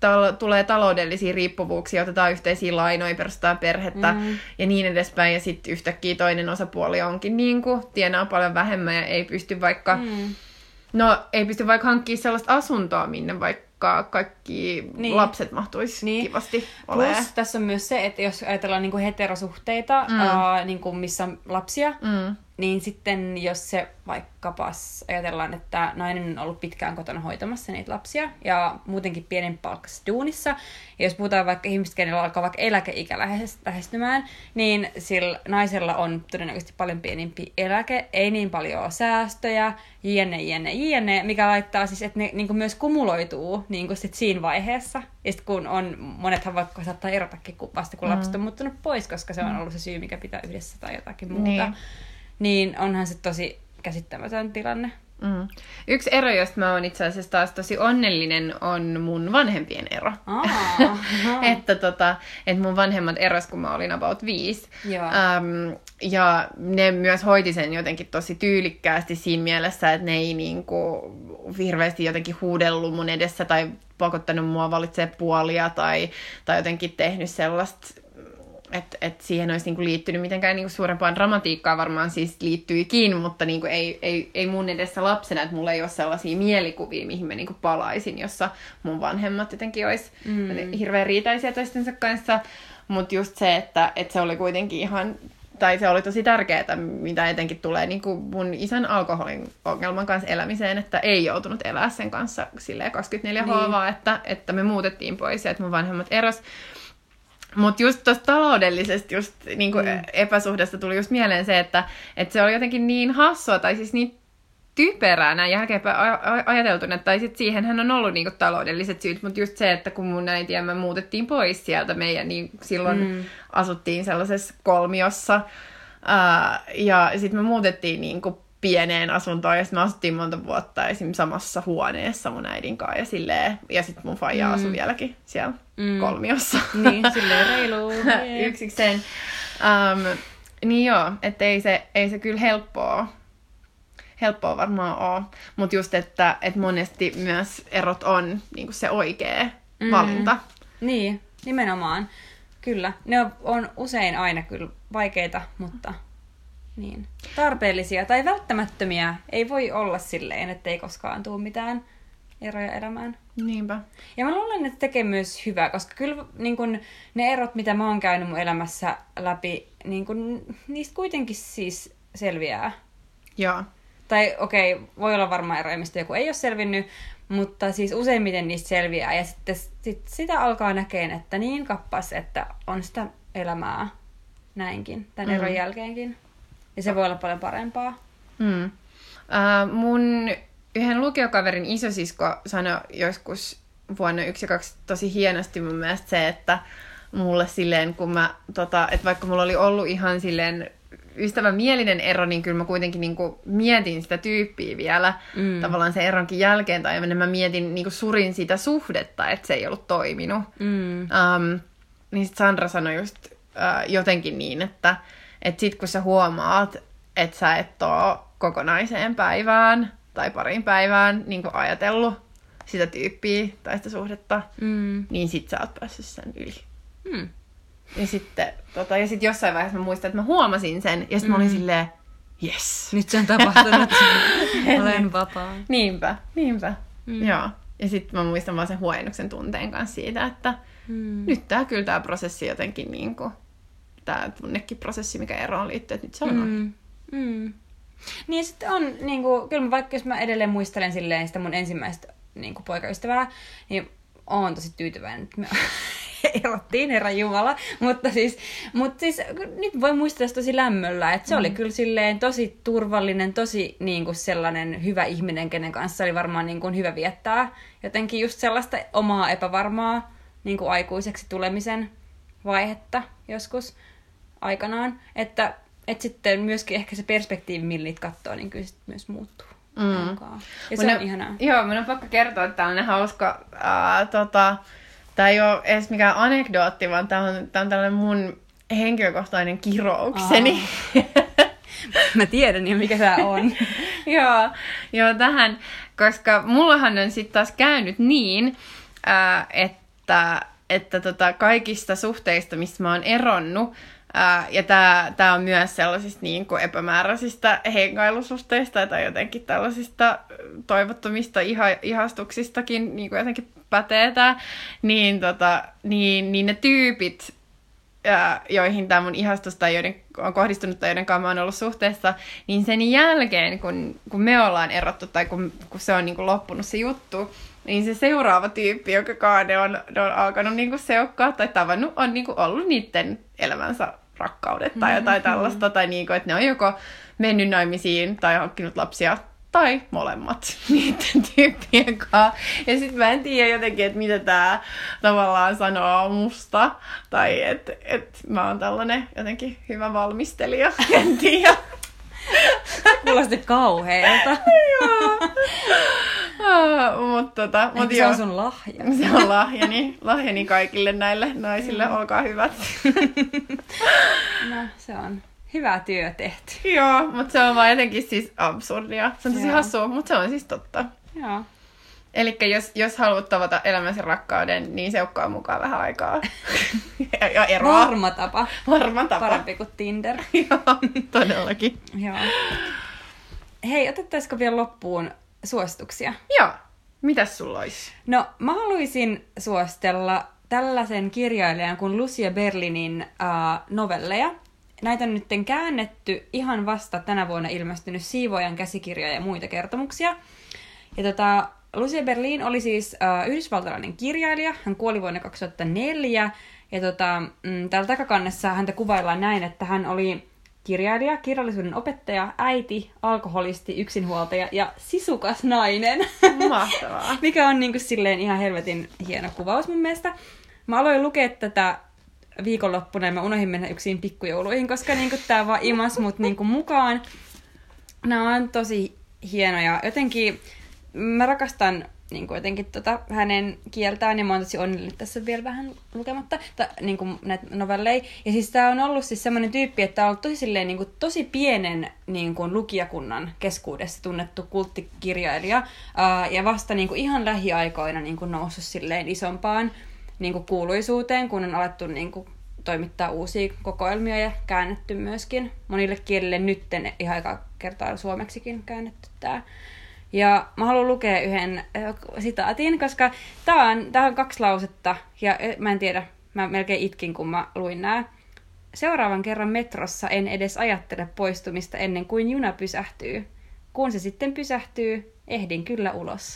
tal- tulee taloudellisia riippuvuuksia, otetaan yhteisiä lainoja, perustetaan perhettä mm. ja niin edespäin. Ja sitten yhtäkkiä toinen osapuoli onkin niin kuin, tienaa paljon vähemmän ja ei pysty vaikka, mm. no ei pysty vaikka hankkimaan sellaista asuntoa, minne vaikka kaikki niin. lapset mahtuisi niin. kivasti olemaan. Plus tässä on myös se, että jos ajatellaan niinku heterosuhteita, mm. ää, niinku missä on lapsia, mm. niin sitten jos se vaikkapa ajatellaan, että nainen on ollut pitkään kotona hoitamassa niitä lapsia ja muutenkin pienempalkkaisessa duunissa, ja jos puhutaan vaikka ihmistä, kenellä alkaa vaikka eläkeikä lähestymään, niin sillä naisella on todennäköisesti paljon pienempi eläke, ei niin paljon säästöjä, jne, jne, jne, mikä laittaa siis, että ne niin myös kumuloituu niin sit siinä vaiheessa. Ja sitten kun on, monethan vaikka saattaa erotakin vasta, kun mm. lapset on muuttunut pois, koska se on ollut se syy, mikä pitää yhdessä tai jotakin muuta. Niin. Niin onhan se tosi käsittämätön tilanne. Mm. Yksi ero, josta mä oon itse asiassa taas tosi onnellinen, on mun vanhempien ero. Aa, että, tota, että mun vanhemmat eros, kun mä olin about viisi. Um, ja ne myös hoiti sen jotenkin tosi tyylikkäästi siinä mielessä, että ne ei niinku hirveästi jotenkin huudellut mun edessä tai pakottanut mua valitsee puolia tai, tai jotenkin tehnyt sellaista, että et siihen olisi niinku liittynyt mitenkään niinku suurempaan dramatiikkaan, varmaan siis liittyikin, mutta niinku ei, ei, ei mun edessä lapsena, että mulla ei ole sellaisia mielikuvia, mihin mä niinku palaisin, jossa mun vanhemmat jotenkin olisi mm. hirveän riitaisia toistensa kanssa, mutta just se, että, että se oli kuitenkin ihan, tai se oli tosi tärkeää, mitä etenkin tulee niinku mun isän alkoholin ongelman kanssa elämiseen, että ei joutunut elää sen kanssa silleen kaksikymmentäneljä niin. H, että, että me muutettiin pois ja että mun vanhemmat eros. Mutta just tuosta taloudellisesta just niinku mm. epäsuhdasta tuli just mieleen se, että, että se oli jotenkin niin hassua tai siis niin typerää näin jälkeenpäin ajateltuna, tai sitten siihenhän on ollut niinku taloudelliset syyt, mutta just se, että kun mun äiti ja mä muutettiin pois sieltä meidän, niin silloin mm. asuttiin sellaisessa kolmiossa, ää, ja sitten me muutettiin niinku pieneen asuntoon, ja sitten me asuttiin monta vuotta esim. Samassa huoneessa mun äidin kanssa, ja silleen, ja sitten mun faija mm. asui vieläkin siellä mm. kolmiossa. Niin, silleen reilu. Yksikseen. Um, niin joo, että ei se, ei se kyllä helppoa, helppoa varmaan ole, mutta just, että, että monesti myös erot on niin kuin se oikea mm. valinta. Niin, nimenomaan. Kyllä. Ne on, on usein aina kyllä vaikeita, mutta niin. Tarpeellisia tai välttämättömiä. Ei voi olla silleen, että ei koskaan tule mitään eroja elämään. Niinpä. Ja mä luulen, että tekee myös hyvää, koska kyllä niin kun, ne erot, mitä mä oon käynyt mun elämässä läpi, niin kun, niistä kuitenkin siis selviää. Joo. Tai okei, okay, voi olla varmaan eroja, mistä joku ei ole selvinnyt, mutta siis useimmiten niistä selviää. Ja sitten sit sitä alkaa näkeen, että niin kappas, että on sitä elämää näinkin, tämän mm. eron jälkeenkin. Ja se voi olla paljon parempaa. Mm. Uh, mun yhden lukiokaverin isosisko sanoi joskus vuonna yksi ja kaksi tosi hienosti mun mielestä se, että mulle silleen, kun mä, tota, että vaikka mulla oli ollut ihan silleen ystävämielinen ero, niin kyllä mä kuitenkin niin kuin mietin sitä tyyppiä vielä mm. tavallaan sen eronkin jälkeen, tai mä mietin, niin kuin surin sitä suhdetta, että se ei ollut toiminut. Mm. Um, niin sit Sandra sanoi just uh, jotenkin niin, että et sit kun sä huomaat, että sä et ole kokonaiseen päivään tai parin päivään niin kuin ajatellut sitä tyyppiä tai sitä suhdetta, mm. niin sit sä oot päässyt sen yli. Mm. Ja sitten tota, ja sit jossain vaiheessa mä muistan, että mä huomasin sen, ja sit mm. mä olin silleen, yes. Nyt se on tapahtunut. Olen vapaa. Niinpä, niinpä. Mm. Joo. Ja sit mä muistan vaan sen huojennuksen tunteen kanssa siitä, että mm. nyt tää kyllä tää prosessi jotenkin niinku, tää tunnekin prosessi, mikä eroon liittyy, että nyt se on mm. ohi. Mm. Niin sitten on, niinku, kyllä mä, vaikka jos mä edelleen muistelen silleen sitä mun ensimmäistä niinku, poikaystävää, niin oon tosi tyytyväinen, että me erottiin, herran jumala, mutta siis, mutta siis nyt voi muistaa tosi lämmöllä, että se mm. oli kyllä silleen tosi turvallinen, tosi niin kuin sellainen hyvä ihminen, kenen kanssa oli varmaan niin kuin hyvä viettää jotenkin just sellaista omaa epävarmaa niin kuin aikuiseksi tulemisen vaihetta joskus aikanaan, että, että sitten myöskin ehkä se perspektiivi, millä niitä katsoo, niin kyllä sitten myös muuttuu. Mm. Ja se mun on on ihanaa. Joo, mun on pakko kertoa, että tällainen hauska ää, tota, tämä ei ole edes mikään anekdootti, vaan tämä on, tämä on tällainen mun henkilökohtainen kiroukseni. Mä tiedän jo, mikä tämä on. joo, joo, tähän, koska mullahan on sitten taas käynyt niin, äh, että että, että tota, kaikista suhteista, missä mä oon eronnut, ää, ja tää, tää on myös sellaisista niin kuin epämääräisistä hengailusuhteista tai jotenkin tällaisista toivottomista iha, ihastuksistakin niin kuin jotenkin pätee tää, niin, tota, niin, niin ne tyypit, ää, joihin tämä mun ihastus tai joiden on kohdistunut tai joiden kanssa mä oon ollut suhteessa, niin sen jälkeen, kun, kun me ollaan erottu tai kun, kun se on niin kuin loppunut se juttu, niin se seuraava tyyppi, joka kaade on, on alkanut niin kuin seukkaa tai tavannut, on niin kuin ollut niiden elämänsä rakkaudet tai jotain mm-hmm. tällaista. Tai niin kuin, että ne on joko mennyt naimisiin tai hankkinut lapsia tai molemmat niiden tyyppien kanssa. Ja sitten mä en tiedä jotenkin, että mitä tää tavallaan sanoo musta. Tai että et mä oon tällainen jotenkin hyvä valmistelija, en tiedä. Kuulosti kauheelta. Joo. Ah, mutta tota, mut se on sun lahja. Se on lahjani, lahjani kaikille näille naisille, mm. olkaa hyvät. No, se on hyvä työ tehty. Joo, mutta se on vaan jotenkin siis absurdia. Se on tosi hassua, mutta se on siis totta. Joo. Elikkä jos, jos haluat tavata elämäsi rakkauden, niin seukkaa mukaan vähän aikaa. ja, ja eroa. Varma tapa. Varma tapa. Parempi kuin Tinder. Joo, todellakin. Joo. Hei, otettaisiko vielä loppuun suosituksia? Joo. Mitäs sulla olisi? No, mä haluaisin suositella tällaisen kirjailijan kuin Lucia Berlinin äh, novelleja. Näitä on nyt käännetty ihan vasta tänä vuonna ilmestynyt Siivoojan käsikirja ja muita kertomuksia. Ja tota, Lucia Berlin oli siis äh, yhdysvaltalainen kirjailija. Hän kuoli vuonna kaksituhattaneljä. Ja tota, mm, täällä takakannessa häntä kuvaillaan näin, että hän oli kirjailija, kirjallisuuden opettaja, äiti, alkoholisti, yksinhuoltaja ja sisukas nainen. Mahtavaa. Mikä on niin kuin silleen ihan helvetin hieno kuvaus mun mielestä. Mä aloin lukea tätä viikonloppuna ja mä unohdin mennä yksin pikkujouluihin, koska niin kuin tää vaan imas mut niin kuin mukaan. Nämä on tosi hienoja. Jotenkin mä rakastan niin kuin jotenkin tota, hänen kieltään, ja mä oon tosi onnellinen tässä vielä vähän lukematta ta, niin kuin näitä novelleja. Ja siis tää on ollut siis semmoinen tyyppi, että tää on ollut tosi, silleen, niin kuin, tosi pienen niin kuin, lukijakunnan keskuudessa tunnettu kulttikirjailija, ää, ja vasta niin kuin, ihan lähiaikoina niin kuin, noussut silleen isompaan niin kuin, kuuluisuuteen, kun on alettu niin kuin, toimittaa uusia kokoelmia ja käännetty myöskin monille kielille nytten ihan aika kertaa suomeksikin käännetty tää. Ja mä haluan lukea yhden äh, sitaatin, koska tää on, tää on kaksi lausetta, ja mä en tiedä, mä melkein itkin, kun mä luin nää. Seuraavan kerran metrossa en edes ajattele poistumista ennen kuin juna pysähtyy. Kun se sitten pysähtyy, ehdin kyllä ulos.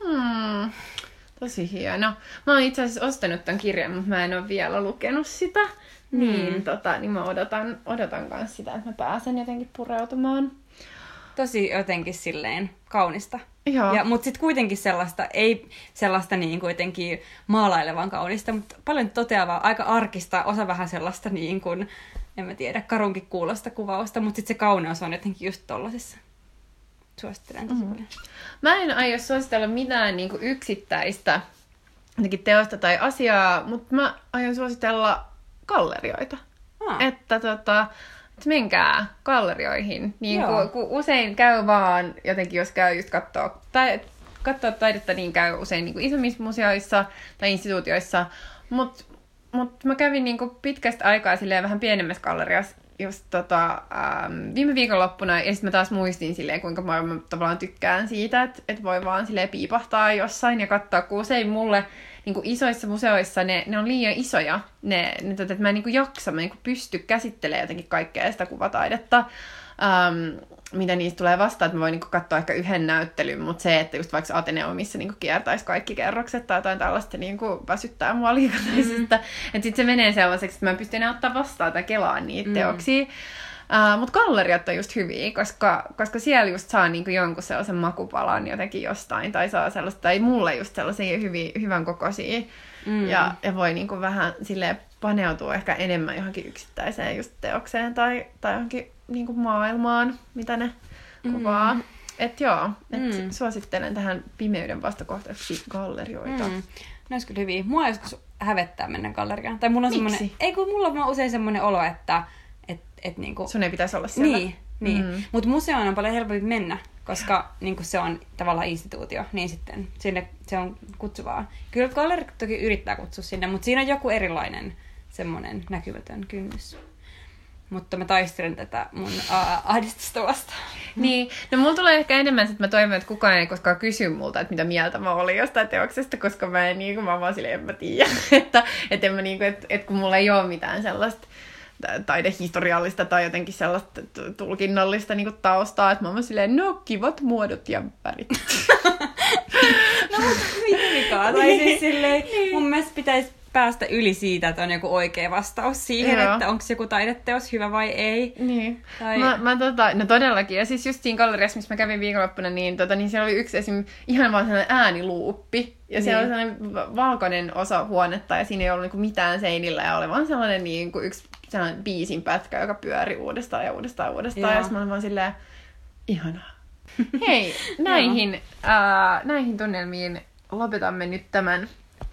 Hmm, tosi hieno. Mä oon itse asiassa ostanut tämän kirjan, mutta mä en ole vielä lukenut sitä. Hmm. Niin, tota, niin mä odotan, odotan kanssa sitä, että mä pääsen jotenkin pureutumaan. Tosi jotenkin silleen kaunista. Joo. Ja, mutta sitten kuitenkin sellaista, ei sellaista niin kuitenkin maalailevan kaunista, mutta paljon toteavaa, aika arkista, osa vähän sellaista niin kuin, en mä tiedä, karunkin kuulosta kuvausta, mutta sitten se kauneus on jotenkin just tollasessa. Suosittelen tosi Mm-hmm. paljon. Mä en aio suositella mitään niin kuin yksittäistä teosta tai asiaa, mutta mä aion suositella gallerioita. Ah. Että tota... menkää gallerioihin. Niin kun, kun usein käy vaan, jotenkin jos käy just kattoo, tai, kattoo taidetta, niin käy usein niin kuin isommissa museoissa tai instituutioissa. Mutta mut mä kävin niin kuin pitkästä aikaa silleen vähän pienemmässä galleriassa just tota, ähm, viime viikonloppuna, ja sitten mä taas muistin silleen, kuinka mä, mä tavallaan tykkään siitä, että et voi vaan silleen piipahtaa jossain ja katsoa, kun usein mulle niin kuin isoissa museoissa ne, ne on liian isoja, ne, ne, että mä en niin kuin jaksa, mä en niin kuin pysty käsittelemään jotenkin kaikkea sitä kuvataidetta, ähm, mitä niistä tulee vastaan, että mä voin niin kuin katsoa ehkä yhden näyttelyn, mutta se, että just vaikka Ateneumissa niin kuin kiertäisi kaikki kerrokset tai jotain tällaista, niin kuin väsyttää mua liikataisesta. Mm-hmm. Että sitten se menee sellaiseksi, että mä en pysty enää ottaa vastaan tai kelaan niitä mm-hmm. teoksia. Uh, mutta galleriat on just hyviä, koska, koska siellä just saa niinku jonkun sellaisen makupalan jotenkin jostain, tai saa sellaista, tai mulle just sellaisia hyviä, hyvän kokoisia, mm. ja, ja voi niinku vähän silleen paneutua ehkä enemmän johonkin yksittäiseen just teokseen, tai, tai johonkin niinku maailmaan, mitä ne mm. kuvaa. Että joo, et mm. suosittelen tähän pimeyden vastakohtaisesti gallerioita. Mm. Ne olisi kyllä hyviä. Mua joskus hävettää mennä galleriaan. Tai mulla on Miksi? semmoinen, ei kun mulla on usein semmoinen olo, että Et, et niinku... Sun ei pitäisi olla siellä. Niin, niin. Mm. Mutta museoon on paljon helpompi mennä koska niin kuin se on tavallaan instituutio, niin sitten sinne se on kutsuvaa. Kyllä gallerit toki yrittää kutsua sinne, mutta siinä on joku erilainen semmoinen näkymätön kynnys. Mutta mä taistelen tätä mun aa, ahdistusta vastaan. Niin, no mulla tulee ehkä enemmän, että mä toivon, että kukaan ei koskaan kysy multa, että mitä mieltä mä olin jostain teoksesta, koska mä en niin kuin, mä vaan silleen, en mä tiedä, että, että, en mä, niin kuin, että, että kun mulla ei ole mitään sellaista taidehistoriallista tai jotenkin sellaista tulkinnallista niin kuin taustaa, että mä oon silleen, no kivat muodot ja värit. No mutta mikä? Tai siis silleen, mun mielestä pitäisi päästä yli siitä, että on joku oikea vastaus siihen, Joo. että onko joku taideteos hyvä vai ei. Niin. Tai... Mä, mä tota, no todellakin. Ja siis just siinä galleriassa, missä mä kävin viikonloppuna, niin, tota, niin siellä oli yksi esim. Ihan vaan sellainen ääniluuppi. Ja niin. Siellä oli sellainen valkoinen osa huonetta ja siinä ei ollut niinku mitään seinillä ja oli vaan sellainen niinku yksi sellainen biisin pätkä, joka pyöri uudestaan ja uudestaan ja uudestaan. Joo. Ja mä olin vaan silleen, ihanaa. Hei, näihin, äh, näihin tunnelmiin lopetamme nyt tämän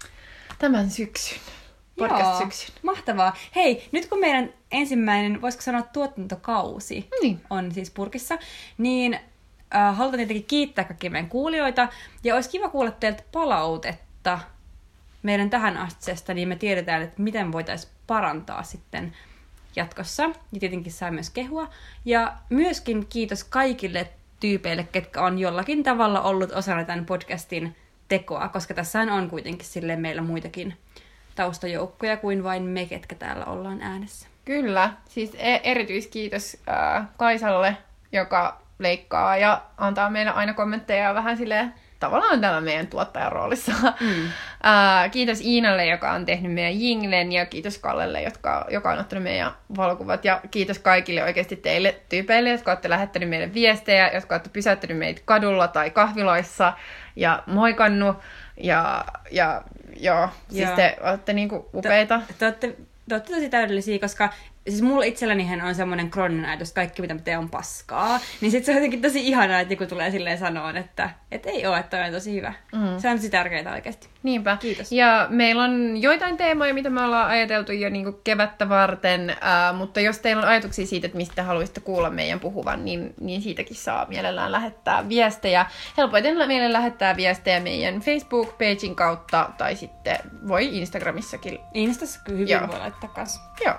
Tämän syksyn. Podcast-syksyn. Joo, mahtavaa. Hei, nyt kun meidän ensimmäinen, voisiko sanoa tuotantokausi niin. on siis purkissa, niin äh, haluan tietenkin kiittää kaikkia meidän kuulijoita. Ja olisi kiva kuulla teiltä palautetta meidän tähän astisesta, niin me tiedetään, että miten voitaisiin parantaa sitten jatkossa. Ja tietenkin saa myös kehua. Ja myöskin kiitos kaikille tyypeille, ketkä on jollakin tavalla ollut osana tämän podcastin tekoa, koska tässä on kuitenkin silleen meillä muitakin taustajoukkoja kuin vain me, ketkä täällä ollaan äänessä. Kyllä, siis erityiskiitos äh, Kaisalle, joka leikkaa ja antaa meille aina kommentteja vähän silleen, tavallaan täällä meidän tuottajan roolissa. Mm. äh, kiitos Iinalle, joka on tehnyt meidän jinglen, ja kiitos Kallelle, jotka, joka on ottanut meidän valokuvat, ja kiitos kaikille oikeasti teille tyypeille, jotka olette lähettänyt meille viestejä, jotka olette pysäyttänyt meitä kadulla tai kahviloissa, ja moikannut, ja, ja joo, siis joo. Te olette niinku upeita. Te, te, olette, te olette tosi täydellisiä, koska siis mulla itsellänihän on semmoinen krooninen ajatus, että kaikki mitä mä teen on paskaa. Niin sit se on jotenkin tosi ihanaa, että joku tulee silleen sanoon, että et ei oo, että toi on tosi hyvä. Mm. Se on tosi tärkeää oikeasti. Niinpä. Kiitos. Ja meillä on joitain teemoja, mitä me ollaan ajateltu jo niin kuin kevättä varten, äh, mutta jos teillä on ajatuksia siitä, että mistä haluaisitte kuulla meidän puhuvan, niin, niin siitäkin saa mielellään lähettää viestejä. Helpoiten meille lähettää viestejä meidän Facebook-pagein kautta, tai sitten voi Instagramissakin. Instassa kyllä hyvin Joo. voi laittaa kanssa. Joo.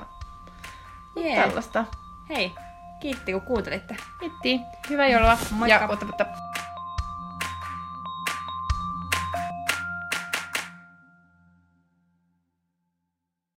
Yeah. Tällaista. Hei, kiitti kun kuuntelitte. Kiitti. Hyvää joulua. Moikka. Ja otta, otta.